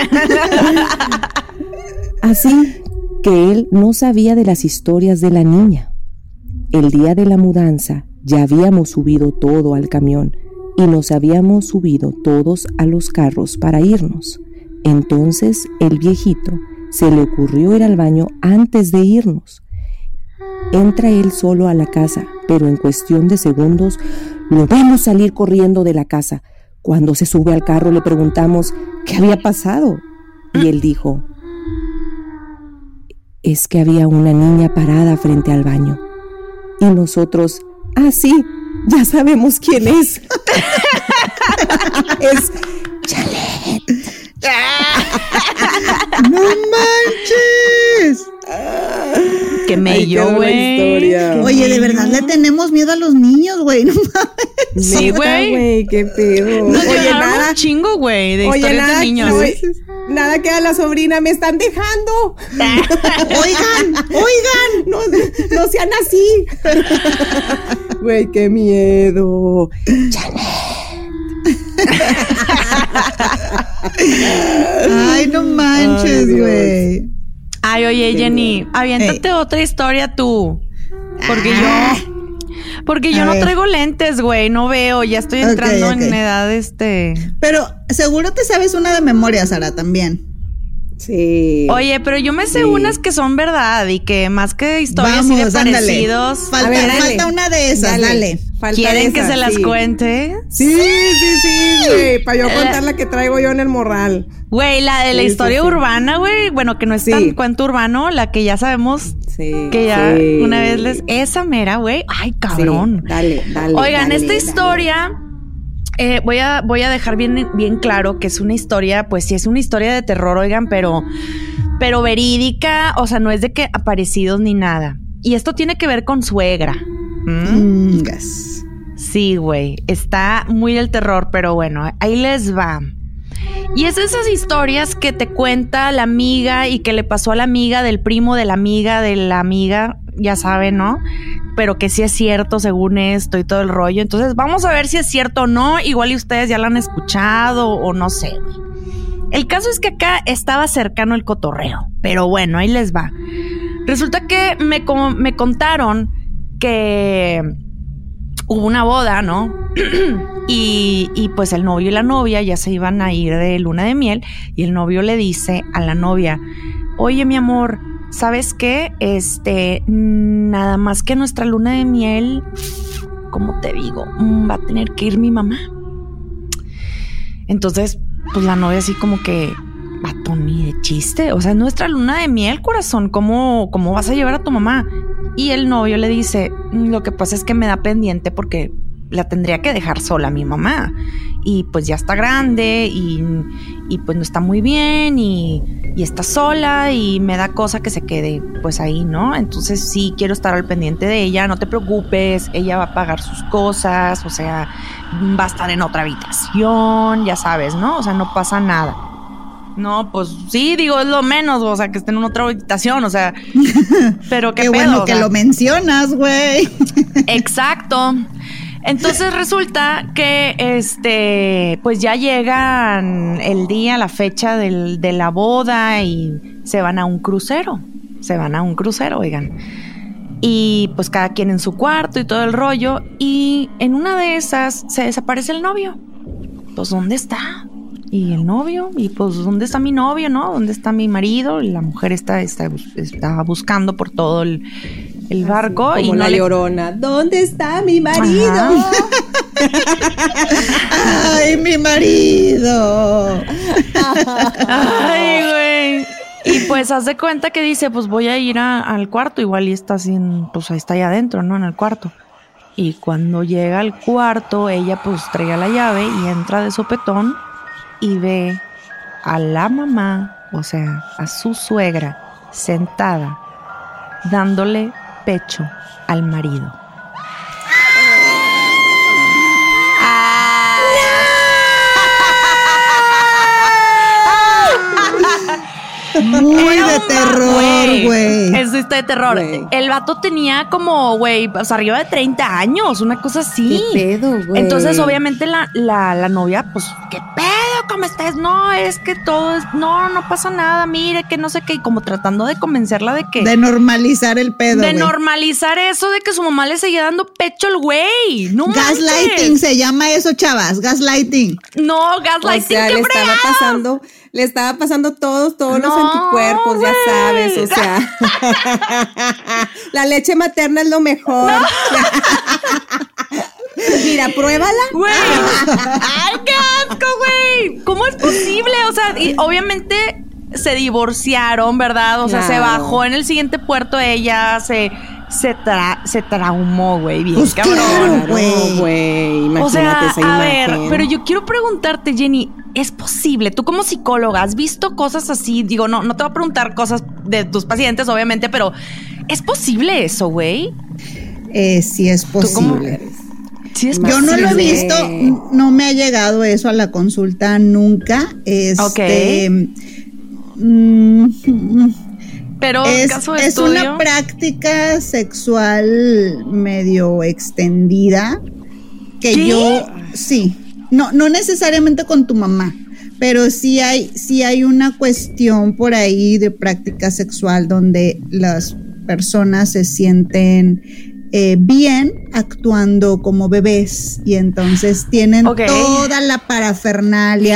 S5: Así que él no sabía de las historias de la niña. El día de la mudanza ya habíamos subido todo al camión y nos habíamos subido todos a los carros para irnos. Entonces el viejito se le ocurrió ir al baño antes de irnos. Entra él solo a la casa, pero en cuestión de segundos lo vemos salir corriendo de la casa. Cuando se sube al carro le preguntamos qué había pasado y él dijo, es que había una niña parada frente al baño. Y nosotros, ah sí, ya sabemos quién es. Es Janet.
S9: ¡No manches!
S1: ¡Qué mello, güey!
S9: Oye, de verdad le tenemos miedo a los niños, güey. No mames.
S1: Sí, güey.
S5: ¡Qué pedo!
S1: Nos
S5: Oye,
S1: nada. Un chingo, güey, de
S5: Oye,
S1: historias
S5: nada,
S1: de niños.
S5: No, nada que a la sobrina me están dejando.
S9: Oigan, oigan.
S5: No, no sean así. Güey, qué miedo. Janet.
S9: Ay, no manches, güey.
S1: Ay, oye, Jenny, aviéntate Ey. otra historia tú. Porque ah. yo... Porque yo a no ver. traigo lentes, güey. No veo. Ya estoy entrando okay, okay. en edad, este...
S9: Pero seguro te sabes una de memoria, Sara, también.
S5: Sí.
S1: Oye, pero yo me sé sí. unas que son verdad y que más que historias
S9: Vamos,
S1: y de parecidos.
S9: Falta, ver, falta una de esas, dale. dale.
S1: ¿Quieren
S5: esa,
S1: que se
S5: sí.
S1: las cuente?
S5: Sí, sí, sí, güey. Para yo contar la que traigo yo en el morral.
S1: Güey, la de la sí, historia sí, urbana, güey. Bueno, que no es sí. tan cuento urbano, la que ya sabemos sí, que ya sí. una vez les. Esa mera, güey. Ay, cabrón.
S5: Sí, dale, dale.
S1: Oigan,
S5: dale,
S1: esta
S5: dale.
S1: historia. Eh, voy a, voy a dejar bien, bien claro que es una historia, pues sí es una historia de terror, oigan, pero, pero verídica, o sea, no es de que aparecidos ni nada. Y esto tiene que ver con suegra. ¿Mm?
S9: Mm, yes.
S1: Sí, güey, está muy del terror, pero bueno, ahí les va. Y es esas historias que te cuenta la amiga y que le pasó a la amiga del primo de la amiga de la amiga, ya saben, ¿no? Pero que sí es cierto según esto y todo el rollo. Entonces vamos a ver si es cierto o no. Igual y ustedes ya lo han escuchado o no sé. El caso es que acá estaba cercano el cotorreo. Pero bueno, ahí les va. Resulta que me, me contaron que hubo una boda, ¿no? y, y pues el novio y la novia ya se iban a ir de luna de miel. Y el novio le dice a la novia: oye, mi amor, ¿sabes qué? Este, nada más que nuestra luna de miel, ¿cómo te digo? Va a tener que ir mi mamá. Entonces, pues la novia así como que, vato, ni de chiste. O sea, nuestra luna de miel, corazón, ¿cómo, cómo vas a llevar a tu mamá? Y el novio le dice: lo que pasa es que me da pendiente porque la tendría que dejar sola a mi mamá. Y pues ya está grande y, y pues no está muy bien y, y está sola y me da cosa que se quede pues ahí, ¿no? Entonces sí quiero estar al pendiente de ella, no te preocupes, ella va a pagar sus cosas, o sea, va a estar en otra habitación, ya sabes, ¿no? O sea, no pasa nada. No, pues sí, digo, es lo menos, o sea, que esté en otra habitación, o sea, pero qué,
S9: qué
S1: pedo,
S9: bueno
S1: o
S9: que
S1: sea,
S9: lo mencionas, güey.
S1: Exacto. Entonces resulta que este, pues ya llegan el día, la fecha del, de la boda y se van a un crucero. Se van a un crucero, oigan. Y pues cada quien en su cuarto y todo el rollo. Y en una de esas se desaparece el novio. Pues, ¿dónde está? Y el novio, y pues, ¿dónde está mi novio, no? ¿Dónde está mi marido? Y la mujer está, está, está buscando por todo el, el barco.
S5: Así, como
S1: y no
S5: la
S1: le...
S5: Llorona. ¿Dónde está mi marido?
S9: ¡Ay, mi marido!
S1: ¡Ay, güey! Y pues haz de cuenta que dice, pues voy a ir a, al cuarto, igual y está sin, pues ahí está allá adentro, ¿no? En el cuarto. Y cuando llega al cuarto, ella pues trae la llave y entra de sopetón y ve a la mamá, o sea, a su suegra, sentada, dándole pecho al marido.
S9: Muy de terror, güey.
S1: Eso está de terror. Wey. El vato tenía como, güey, pues arriba de treinta años, una cosa así.
S5: ¿Qué pedo, güey?
S1: Entonces, obviamente, la, la, la novia, pues, ¿qué pedo? ¿Cómo estás? No, es que todo es, no, no pasa nada, mire, que no sé qué. Y como tratando de convencerla de que...
S9: De normalizar el pedo,
S1: De
S9: wey.
S1: normalizar eso de que su mamá le seguía dando pecho al güey. No
S9: Gaslighting
S1: manches.
S9: se llama eso, chavas. Gaslighting.
S1: No, gaslighting,
S5: o sea,
S1: qué
S5: le
S1: fregado.
S5: estaba pasando... Le estaba pasando todos, todos
S1: no,
S5: los anticuerpos,
S1: wey.
S5: ya sabes, o sea. La leche materna es lo mejor. No. Mira, pruébala.
S1: Güey. Ay, qué asco, güey. ¿Cómo es posible? O sea, y obviamente se divorciaron, ¿verdad? O sea, claro. Se bajó en el siguiente puerto ella, se... Se, tra se traumó, güey, bien
S9: pues
S1: cabrón.
S5: Güey, güey, imagínate
S1: o sea,
S5: esa
S1: a
S5: imagen.
S1: ver, pero yo quiero preguntarte, Jenny, ¿es posible? Tú como psicóloga, ¿has visto cosas así? Digo, no, no te voy a preguntar cosas de tus pacientes, obviamente, pero ¿es posible eso, güey?
S9: Eh, sí es posible.
S1: Sí es
S9: yo
S1: posible.
S9: no lo he visto, no me ha llegado eso a la consulta nunca. Este,
S1: ok.
S9: Mmm,
S1: Pero
S9: es,
S1: caso de
S9: es
S1: estudio,
S9: una práctica sexual medio extendida que
S1: ¿qué?
S9: yo sí, no, no necesariamente con tu mamá, pero sí hay, sí hay una cuestión por ahí de práctica sexual donde las personas se sienten eh, bien actuando como bebés y entonces tienen okay. toda la parafernalia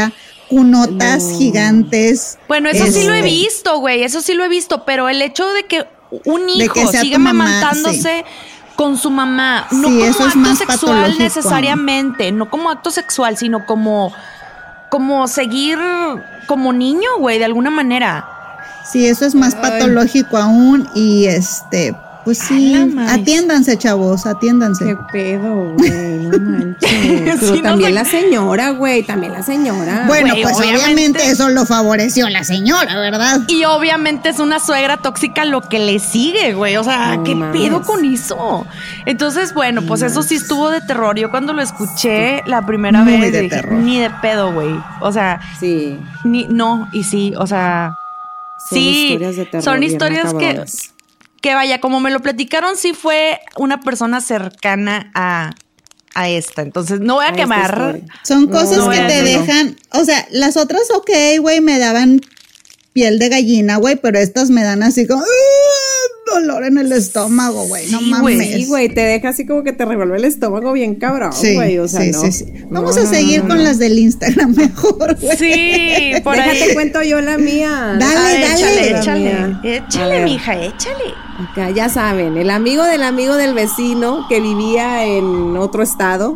S9: cunotas no. gigantes.
S1: Bueno, eso
S9: este,
S1: sí lo he visto, güey, eso sí lo he visto, pero el hecho de que un hijo
S9: que
S1: siga amamantándose sí. con su mamá, no
S9: sí,
S1: como
S9: eso
S1: acto
S9: es más
S1: sexual
S9: patológico.
S1: necesariamente, no como acto sexual, sino como, como seguir como niño, güey, de alguna manera.
S9: Sí, eso es más Ay. patológico aún y este... Pues sí, atiéndanse, chavos, atiéndanse.
S5: Qué pedo, güey, no manches. Pero sí, también no sé. la señora, güey, también la señora.
S9: Bueno,
S1: güey,
S9: pues obviamente, obviamente eso lo favoreció la señora, ¿verdad?
S1: Y obviamente es una suegra tóxica lo que le sigue, güey, o sea, no, ¿qué mames. pedo con eso? Entonces, bueno, pues eso sí estuvo de terror. Yo cuando lo escuché la primera Muy vez,
S9: de
S1: dije,
S9: terror.
S1: ni de pedo, güey, o sea,
S5: sí.
S1: Ni, no, y sí, o sea,
S5: son
S1: sí,
S5: historias de terror,
S1: son historias que... Que vaya, como me lo platicaron, sí fue una persona cercana a, a esta. Entonces, no voy a, a quemar.
S9: Son cosas no, que no, te no. dejan... O sea, las otras, ok, güey, me daban piel de gallina, güey, pero estas me dan así como... dolor en el estómago, güey, sí, no mames.
S5: Sí, güey, te deja así como que te revuelve el estómago bien cabrón, güey, sí, o sea,
S9: sí,
S5: no.
S9: Sí, sí. Vamos no, a seguir no, no, con no. las del Instagram mejor, güey.
S1: Sí, por
S5: Déjate
S1: ahí.
S5: Déjate cuento yo la mía.
S9: Dale,
S1: ah,
S9: dale.
S1: Échale, échale, échale, mija, échale.
S5: Acá, ya saben, el amigo del amigo del vecino que vivía en otro estado,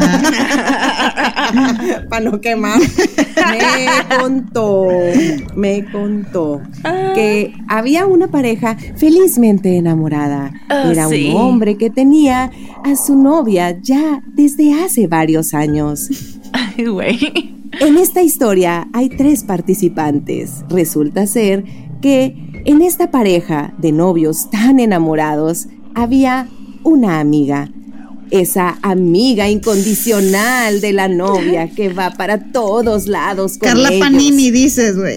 S5: para no quemar, me contó, me contó ah. que había una pareja felizmente enamorada.
S1: Oh,
S5: Era
S1: sí.
S5: un hombre que tenía a su novia ya desde hace varios años.
S1: Ay, güey.
S5: En esta historia hay tres participantes. Resulta ser que en esta pareja de novios tan enamorados había una amiga. Esa amiga incondicional de la novia que va para todos lados con
S9: Carla
S5: ellos.
S9: Panini dices, güey.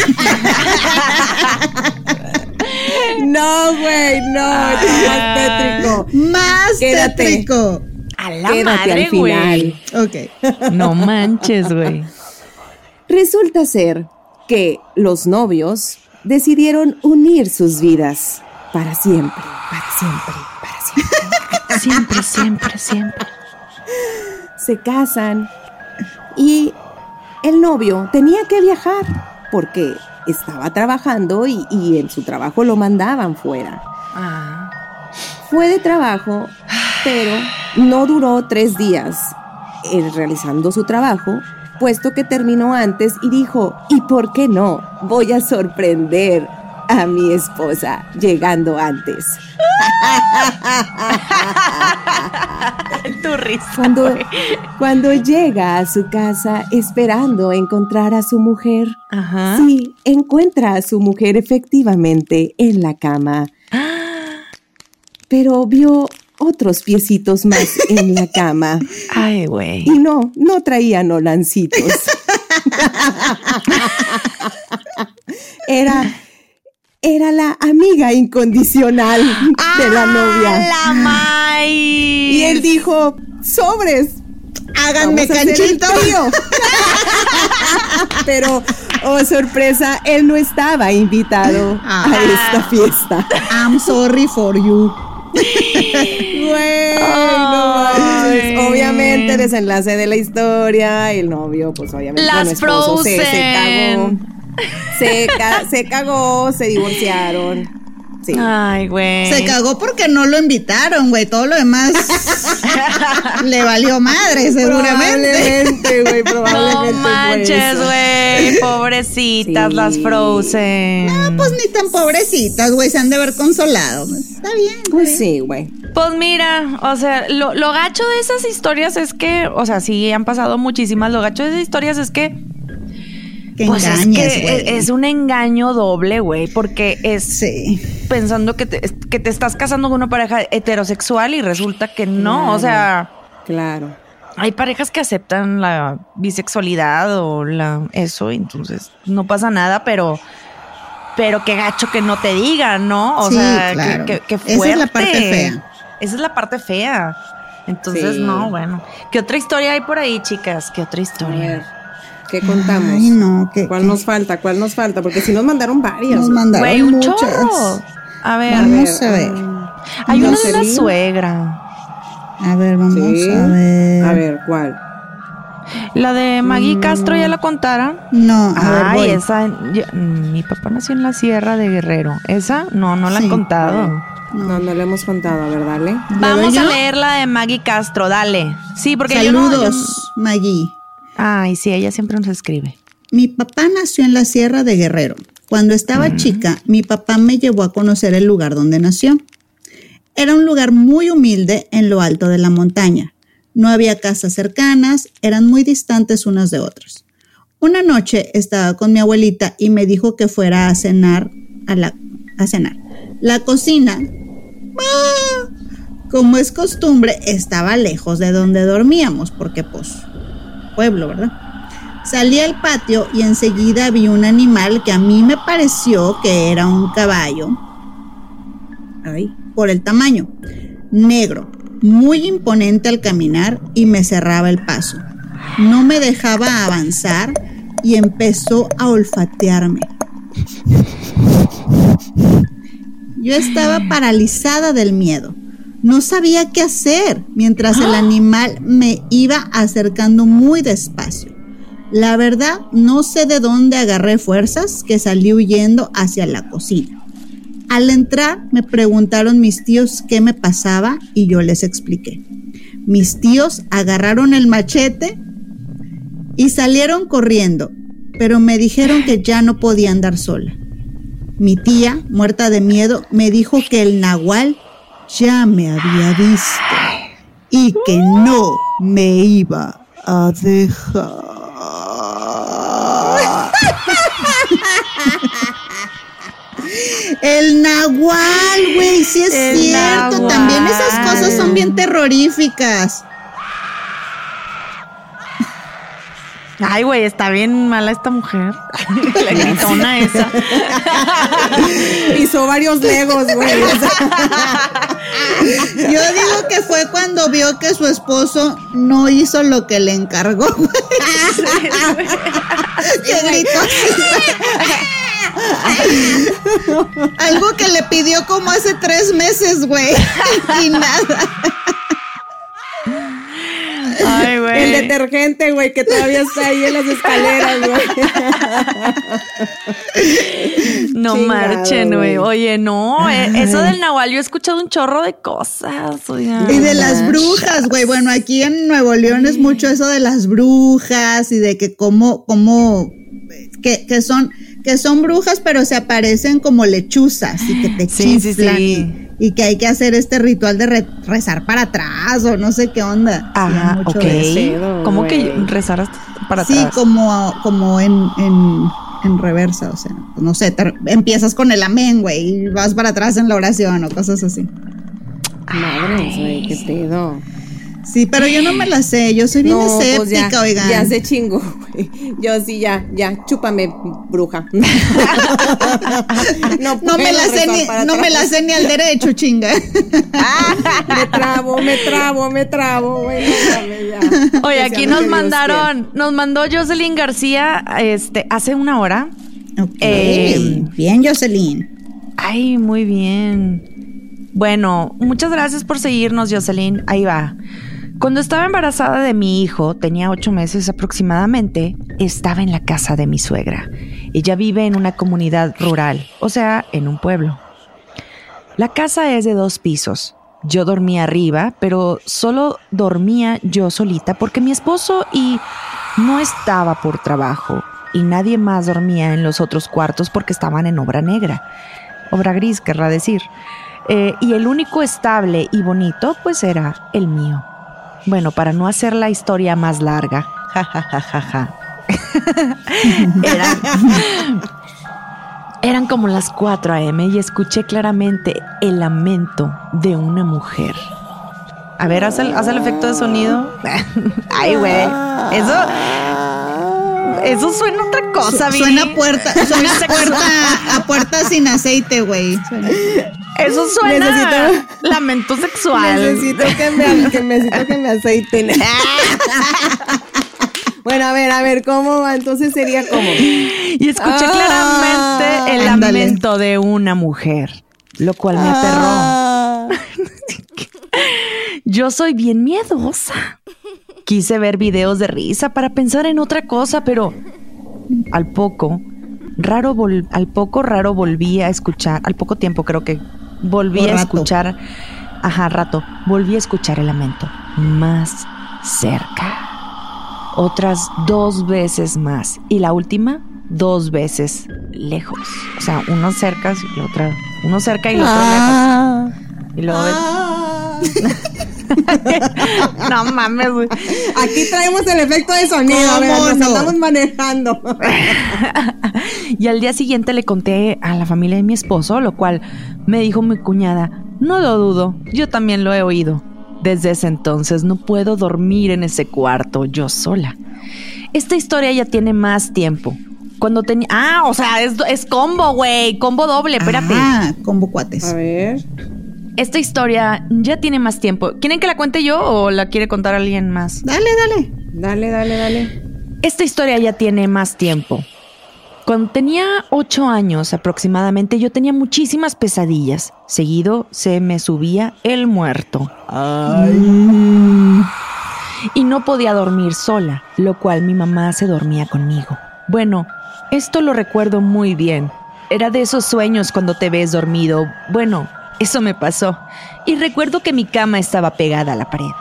S5: No, güey, no, más tétrico.
S9: Más
S5: Quédate.
S9: tétrico.
S1: A la
S5: Quédate
S1: madre,
S5: al final.
S9: Güey.
S1: Ok. No manches, güey.
S5: Resulta ser que los novios decidieron unir sus vidas para siempre, para siempre, para siempre.
S1: Siempre, siempre, siempre.
S5: Se casan y el novio tenía que viajar porque estaba trabajando y, y en su trabajo lo mandaban fuera.
S1: Ah.
S5: Fue de trabajo, pero no duró tres días eh, realizando su trabajo, puesto que terminó antes y dijo, ¿y por qué no? Voy a sorprender a mi esposa llegando antes.
S1: Tu risa.
S5: Cuando, cuando llega a su casa esperando encontrar a su mujer,
S1: Ajá.
S5: sí, encuentra a su mujer efectivamente en la cama. Pero vio otros piecitos más en la cama.
S1: Ay, güey.
S5: Y no, no traía nolancitos. Era, era la amiga incondicional de la novia.
S1: ¡La maíz!
S5: Y él dijo, sobres,
S9: háganme canchito.
S5: Pero, oh sorpresa, él no estaba invitado ah. a esta fiesta.
S9: I'm sorry for you.
S5: Güey, no manches. Obviamente, desenlace de la historia. El novio, pues obviamente,
S1: Las
S5: bueno, esposo, se, se cagó.
S1: Frozen.
S5: Se, ca- se cagó, se divorciaron. Sí.
S1: Ay, güey.
S9: Se cagó porque no lo invitaron, güey. Todo lo demás le valió madre, seguramente.
S5: Probablemente, güey, probablemente.
S1: No manches, güey. Pobrecitas,
S5: Sí.
S1: las Frozen.
S9: No, pues ni tan pobrecitas, güey. Se han de haber consolado. Está bien.
S5: Pues
S9: güey.
S5: sí, güey.
S1: Pues mira, o sea, lo, lo gacho de esas historias es que, o sea, sí han pasado muchísimas. Lo gacho de esas historias es que
S9: Que
S1: pues
S9: engañes,
S1: es que
S9: güey.
S1: es, es un engaño doble, güey, porque es
S9: Sí.
S1: pensando que te, que te estás casando con una pareja heterosexual y resulta que no,
S5: Claro.
S1: o sea,
S5: Claro.
S1: hay parejas que aceptan la bisexualidad o la eso, y entonces no pasa nada, pero pero qué gacho que no te digan, ¿no? O
S9: Sí,
S1: sea,
S9: claro.
S1: que, que, que
S9: Esa es
S1: fuerte.
S9: la parte fea.
S1: Esa es la parte fea. Entonces,
S5: Sí.
S1: no, bueno. ¿Qué otra historia hay por ahí, chicas? ¿Qué otra
S5: A
S1: historia?
S5: ver, ¿qué contamos?
S9: Ay, no, que.
S5: ¿Cuál
S9: que-
S5: nos falta? ¿Cuál nos falta? Porque si nos mandaron varias.
S9: Nos
S5: güey.
S9: mandaron
S1: Güey, un
S9: muchas.
S1: chorro. A ver,
S9: Vamos a ver.
S5: um,
S1: hay una de la
S5: Jocelyn.
S1: suegra.
S9: A ver, vamos
S5: Sí.
S9: a ver.
S5: A ver, ¿cuál?
S1: La de Maggie mm. Castro, ¿ya la contaron?
S9: No, a
S1: Ay,
S9: ver,
S1: esa, yo, mi papá nació en la Sierra de Guerrero. ¿Esa? No, no la sí. han contado.
S5: No, no, no la hemos contado, a ver, dale.
S1: Vamos a leer la de Maggie Castro, dale. Sí, porque
S9: Saludos,
S1: yo no, yo...
S9: Maggie.
S1: Ay, sí, ella siempre nos escribe.
S9: Mi papá nació en la Sierra de Guerrero. Cuando estaba mm. chica, mi papá me llevó a conocer el lugar donde nació. Era un lugar muy humilde en lo alto de la montaña. No había casas cercanas, eran muy distantes unas de otras. Una noche estaba con mi abuelita y me dijo que fuera a cenar. A, la, a cenar. La cocina, ¡ah!, como es costumbre, estaba lejos de donde dormíamos, porque pues, pueblo, ¿verdad? Salí al patio y enseguida vi un animal que a mí me pareció que era un caballo. Ay, por el tamaño. Negro, muy imponente al caminar y me cerraba el paso. No me dejaba avanzar y empezó a olfatearme. Yo estaba paralizada del miedo. No sabía qué hacer mientras el animal me iba acercando muy despacio. La verdad, no sé de dónde agarré fuerzas que salí huyendo hacia la cocina. Al entrar, me preguntaron mis tíos qué me pasaba y yo les expliqué. Mis tíos agarraron el machete y salieron corriendo, pero me dijeron que ya no podía andar sola. Mi tía, muerta de miedo, me dijo que el nahual ya me había visto y que no me iba a dejar. El nahual, güey, sí es el cierto. Nahual. También esas cosas son bien terroríficas.
S1: Ay, güey, está bien mala esta mujer. La gritona esa.
S5: Hizo varios legos, güey.
S9: Yo digo que fue cuando vio que su esposo no hizo lo que le encargó, güey. Que gritó así. Algo que le pidió como hace tres meses, güey. Y nada.
S1: Ay, güey.
S5: El detergente, güey, que todavía está ahí en las escaleras, güey.
S1: No Chingado, marchen, güey. Oye, no, eh, eso del nahual, yo he escuchado un chorro de cosas. Oiga.
S9: Y de las brujas, güey. Bueno, aquí en Nuevo León es mucho eso de las brujas y de que cómo, cómo, que, que son, que son brujas, pero se aparecen como lechuzas y que te
S1: sí,
S9: chiflan.
S1: Sí, sí.
S9: Y, y que hay que hacer este ritual de re- rezar para atrás o no sé qué onda.
S1: Ajá, ok.
S5: Pedo,
S1: ¿Cómo
S5: güey.
S1: que rezar para
S9: sí,
S1: atrás?
S9: Sí, como, como en, en, en reversa, o sea, no sé, te, empiezas con el amén, güey, y vas para atrás en la oración o cosas así.
S5: Madre, güey, qué pedo.
S9: Sí, pero yo no me la sé, yo soy bien
S5: no,
S9: escéptica,
S5: pues ya,
S9: oigan.
S5: Ya se chingo, güey. Yo sí, ya, ya, chúpame, bruja.
S9: No, no me la sé ni, no me la sé ni al derecho, chinga.
S5: Me trabo, me trabo, me trabo, güey. No,
S1: oye, aquí nos mandaron, nos mandó Jocelyn García, este, hace una hora.
S9: Ok, eh, bien, Jocelyn.
S1: Ay, muy bien. Bueno, muchas gracias por seguirnos, Jocelyn. Ahí va. Cuando estaba embarazada de mi hijo, tenía ocho meses aproximadamente, estaba en la casa de mi suegra. Ella vive en una comunidad rural, o sea, en un pueblo. La casa es de dos pisos. Yo dormía arriba, pero solo dormía yo solita porque mi esposo y no estaba por trabajo y nadie más dormía en los otros cuartos porque estaban en obra negra. Obra gris, querrá decir. Eh, y el único estable y bonito, pues era el mío. Bueno, para no hacer la historia más larga, ja, ja, ja, ja, ja. Eran, eran como las cuatro a eme y escuché claramente el lamento de una mujer. A ver, haz el, haz el efecto de sonido. Ay, güey. Eso... Eso suena otra cosa,
S9: Su, Suena puerta, suena puerta a puerta sin aceite, güey.
S1: Eso suena necesito, lamento sexual.
S5: Necesito que me, que necesito que me aceiten. Bueno, a ver, a ver, ¿cómo va? Entonces sería como...
S1: Y escuché ah, claramente el ándale. lamento de una mujer, lo cual me aterró. Ah. Yo soy bien miedosa. Quise ver videos de risa para pensar en otra cosa, pero al poco, raro vol- al poco raro volví a escuchar, al poco tiempo creo que volví
S9: Por
S1: a
S9: rato.
S1: escuchar, ajá, rato, volví a escuchar el lamento más cerca. Otras dos veces más. Y la última, dos veces lejos. O sea, uno cerca y la otra, uno cerca y el otro
S9: Ah.
S1: lejos. Y luego ves. No mames, güey.
S5: Aquí traemos el efecto de sonido,
S9: ¿Cómo
S5: vean, nos
S9: no?
S5: andamos manejando.
S1: Y al día siguiente le conté a la familia de mi esposo, lo cual me dijo mi cuñada, no lo dudo, yo también lo he oído. Desde ese entonces no puedo dormir en ese cuarto yo sola. Esta historia ya tiene más tiempo. Cuando tenía... Ah, o sea, es, es combo, güey, combo doble, espérate.
S9: Ah, combo cuates.
S5: A ver.
S1: Esta historia ya tiene más tiempo. ¿Quieren que la cuente yo o la quiere contar alguien más?
S9: Dale, dale.
S5: Dale, dale, dale.
S1: Esta historia ya tiene más tiempo. Cuando tenía ocho años aproximadamente, yo tenía muchísimas pesadillas. Seguido se me subía el muerto.
S9: Ay.
S1: Y no podía dormir sola, lo cual mi mamá se dormía conmigo. Bueno, esto lo recuerdo muy bien. Era de esos sueños cuando te ves dormido. Bueno, eso me pasó. Y recuerdo que mi cama estaba pegada a la pared.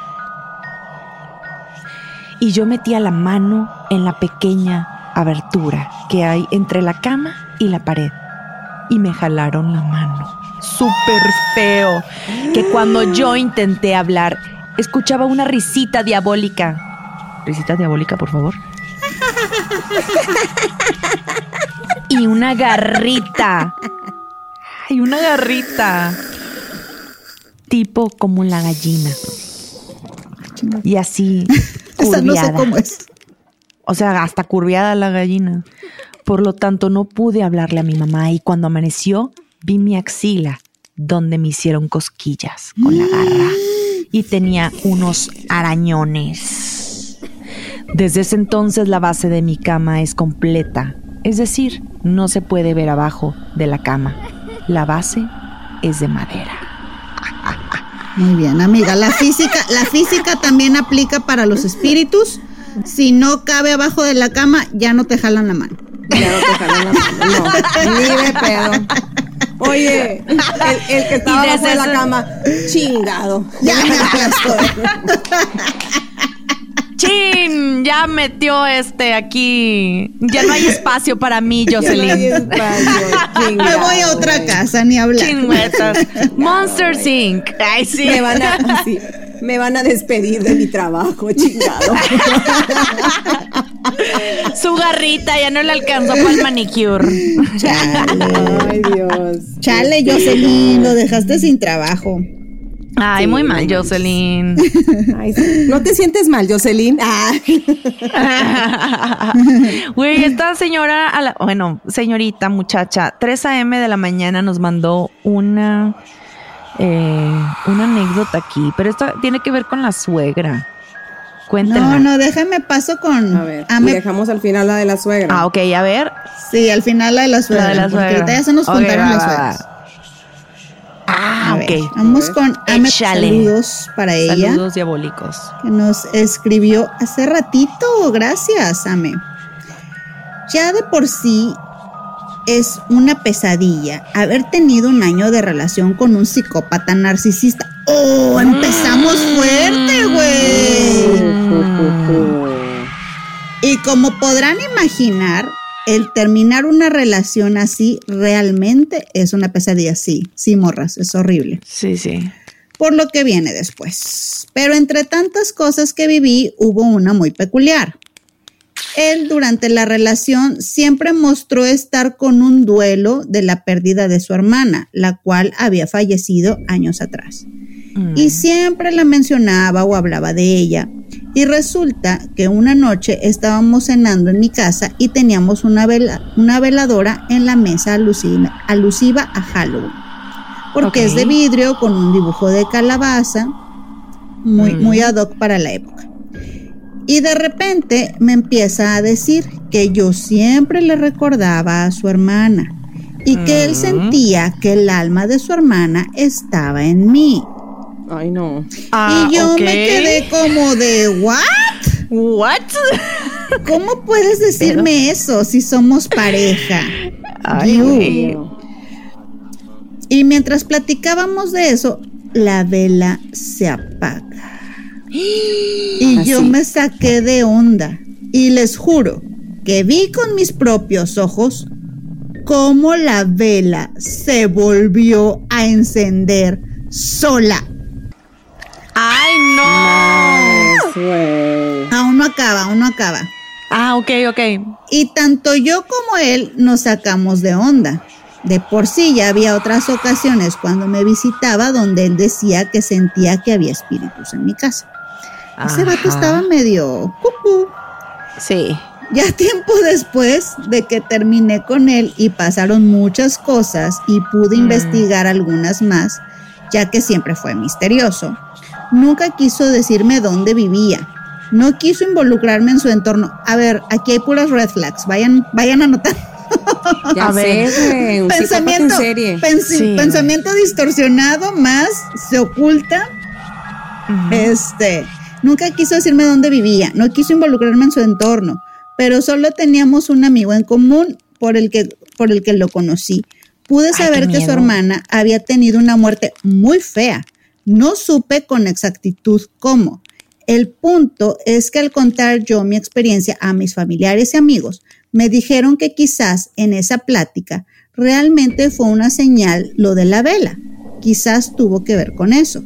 S1: Y yo metía la mano en la pequeña abertura que hay entre la cama y la pared. Y me jalaron la mano. Súper feo. Que cuando yo intenté hablar, escuchaba una risita diabólica. Risita diabólica, por favor. Y una garrita. Ay, una garrita. Tipo como la gallina. Y así,
S9: Esa no sé
S1: curviada.
S9: cómo es.
S1: O sea, hasta curviada la gallina. Por lo tanto, no pude hablarle a mi mamá y cuando amaneció, vi mi axila, donde me hicieron cosquillas con la garra. Y tenía unos arañones. Desde ese entonces, la base de mi cama es completa. Es decir, no se puede ver abajo de la cama. La base es de madera.
S9: Muy bien, amiga. La física, la física también aplica para los espíritus. Si no cabe abajo de la cama, ya no te jalan la mano.
S5: Ya no te jalan la mano. No, ni de pedo. Oye, el, el que estaba
S1: Y
S5: abajo de la
S1: desde-
S5: cama, chingado.
S9: Ya me aplastó.
S1: ¡Chin! Ya metió este aquí. Ya no hay espacio para mí,
S5: Ya no hay
S1: Jocelyn.
S5: espacio, chingado,
S9: Me voy a otra
S5: güey.
S9: casa, ni hablar.
S1: Chingüetas. Monsters incorporated. Ay, sí.
S5: Me van a, sí, me van a despedir de mi trabajo, chingado.
S1: Su garrita ya no le alcanzó para el manicure.
S5: Ay, Dios.
S9: Chale, Jocelyn, lo dejaste sin trabajo.
S1: Ay,
S5: Sí,
S1: muy mal,
S5: no
S1: Jocelyn.
S5: Ay, sí. ¿No te sientes mal, Jocelyn? Ah.
S1: Güey, esta señora, a la- bueno, señorita, muchacha, tres a eme de la mañana nos mandó una, eh, una anécdota aquí, pero esto tiene que ver con la suegra. Cuéntenla.
S9: No, no, déjame paso con.
S5: A ver,
S9: Ah,
S5: y
S9: me-
S5: dejamos al final la de la suegra.
S1: Ah, ok, a ver.
S9: Sí, al final la de la suegra.
S1: La de la
S9: porque
S1: suegra.
S9: ahorita ya se nos
S1: Ok,
S9: contaron
S1: va,
S9: las
S1: va,
S9: suegras.
S1: va. Ah,
S9: A
S1: ok.
S9: ver, vamos con Amet.
S1: Échale.
S9: Saludos para ella.
S1: Saludos diabólicos.
S9: Que nos escribió hace ratito. Gracias, Ame. Ya de por sí es una pesadilla haber tenido un año de relación con un psicópata narcisista. ¡Oh! Empezamos fuerte, güey. Y como podrán imaginar, el terminar una relación así realmente es una pesadilla. Sí, sí, morras, es horrible.
S1: Sí, sí.
S9: Por lo que viene después. Pero entre tantas cosas que viví, hubo una muy peculiar. Él durante la relación siempre mostró estar con un duelo de la pérdida de su hermana, la cual había fallecido años atrás.
S1: Mm.
S9: Y siempre la mencionaba o hablaba de ella. Y resulta que una noche estábamos cenando en mi casa y teníamos una, vela, una veladora en la mesa alusiva, alusiva a Halloween. Porque
S1: Ok.
S9: es de vidrio con un dibujo de calabaza, muy,
S1: Mm.
S9: muy ad hoc para la época. Y de repente me empieza a decir que yo siempre le recordaba a su hermana y que él
S1: Mm.
S9: sentía que el alma de su hermana estaba en mí.
S5: Ay, no.
S1: Ah,
S9: y yo
S1: ok.
S9: me quedé como de, ¿what?
S1: ¿What?
S9: ¿Cómo puedes decirme Pero... eso si somos pareja?
S1: Ay,
S9: y mientras platicábamos de eso, la vela se apaga. Y yo me saqué de onda. Y les juro que vi con mis propios ojos cómo la vela se volvió a encender sola.
S1: ¡Ay, no!
S9: no aún no acaba, aún no acaba.
S1: Ah, ok, ok.
S9: Y tanto yo como él nos sacamos de onda. De por sí ya había otras ocasiones cuando me visitaba donde él decía que sentía que había espíritus en mi casa. Ajá. Ese vato estaba medio cucú.
S1: Sí.
S9: Ya tiempo después de que terminé con él y pasaron muchas cosas y pude mm. investigar algunas más, ya que siempre fue misterioso, nunca quiso decirme dónde vivía. No quiso involucrarme en su entorno. A ver, aquí hay puras red flags. Vayan, vayan anotando.
S5: Ya a ver, sé, un
S9: pensamiento,
S5: en serie.
S9: Pens-
S5: sí,
S9: pensamiento distorsionado más se oculta. Uh-huh. Este, nunca quiso decirme dónde vivía, no quiso involucrarme en su entorno, pero solo teníamos un amigo en común por el que, por el que lo conocí. Pude saber Ay, que su hermana había tenido una muerte muy fea. No supe con exactitud cómo. El punto es que al contar yo mi experiencia a mis familiares y amigos, me dijeron que quizás en esa plática realmente fue una señal lo de la vela. Quizás tuvo que ver con eso.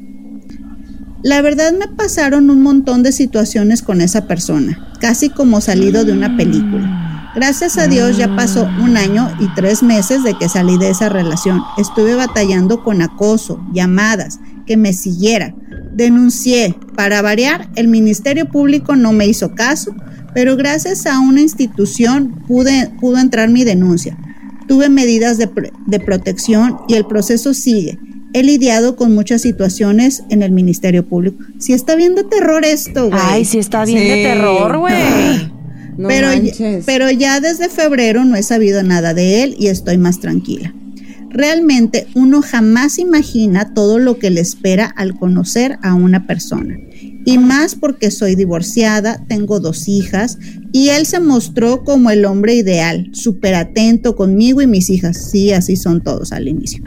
S9: La verdad me pasaron un montón de situaciones con esa persona, casi como salido de una película. Gracias a Dios ya pasó un año y tres meses de que salí de esa relación. Estuve batallando con acoso, llamadas, que me siguiera. Denuncié. Para variar, el Ministerio Público no me hizo caso, pero gracias a una institución pude, pudo entrar mi denuncia. Tuve medidas de, de protección y el proceso sigue. He lidiado con muchas situaciones en el Ministerio Público. Sí está bien de terror esto, güey.
S1: Ay, sí está bien sí. de terror, güey.
S9: No pero, pero ya desde febrero no he sabido nada de él y estoy más tranquila. Realmente uno jamás imagina todo lo que le espera al conocer a una persona. Y más porque soy divorciada, tengo dos hijas y él se mostró como el hombre ideal, súper atento conmigo y mis hijas. Sí, así son todos al inicio.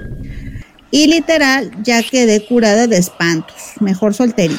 S9: Y literal, ya quedé curada de espantos. Mejor solterita.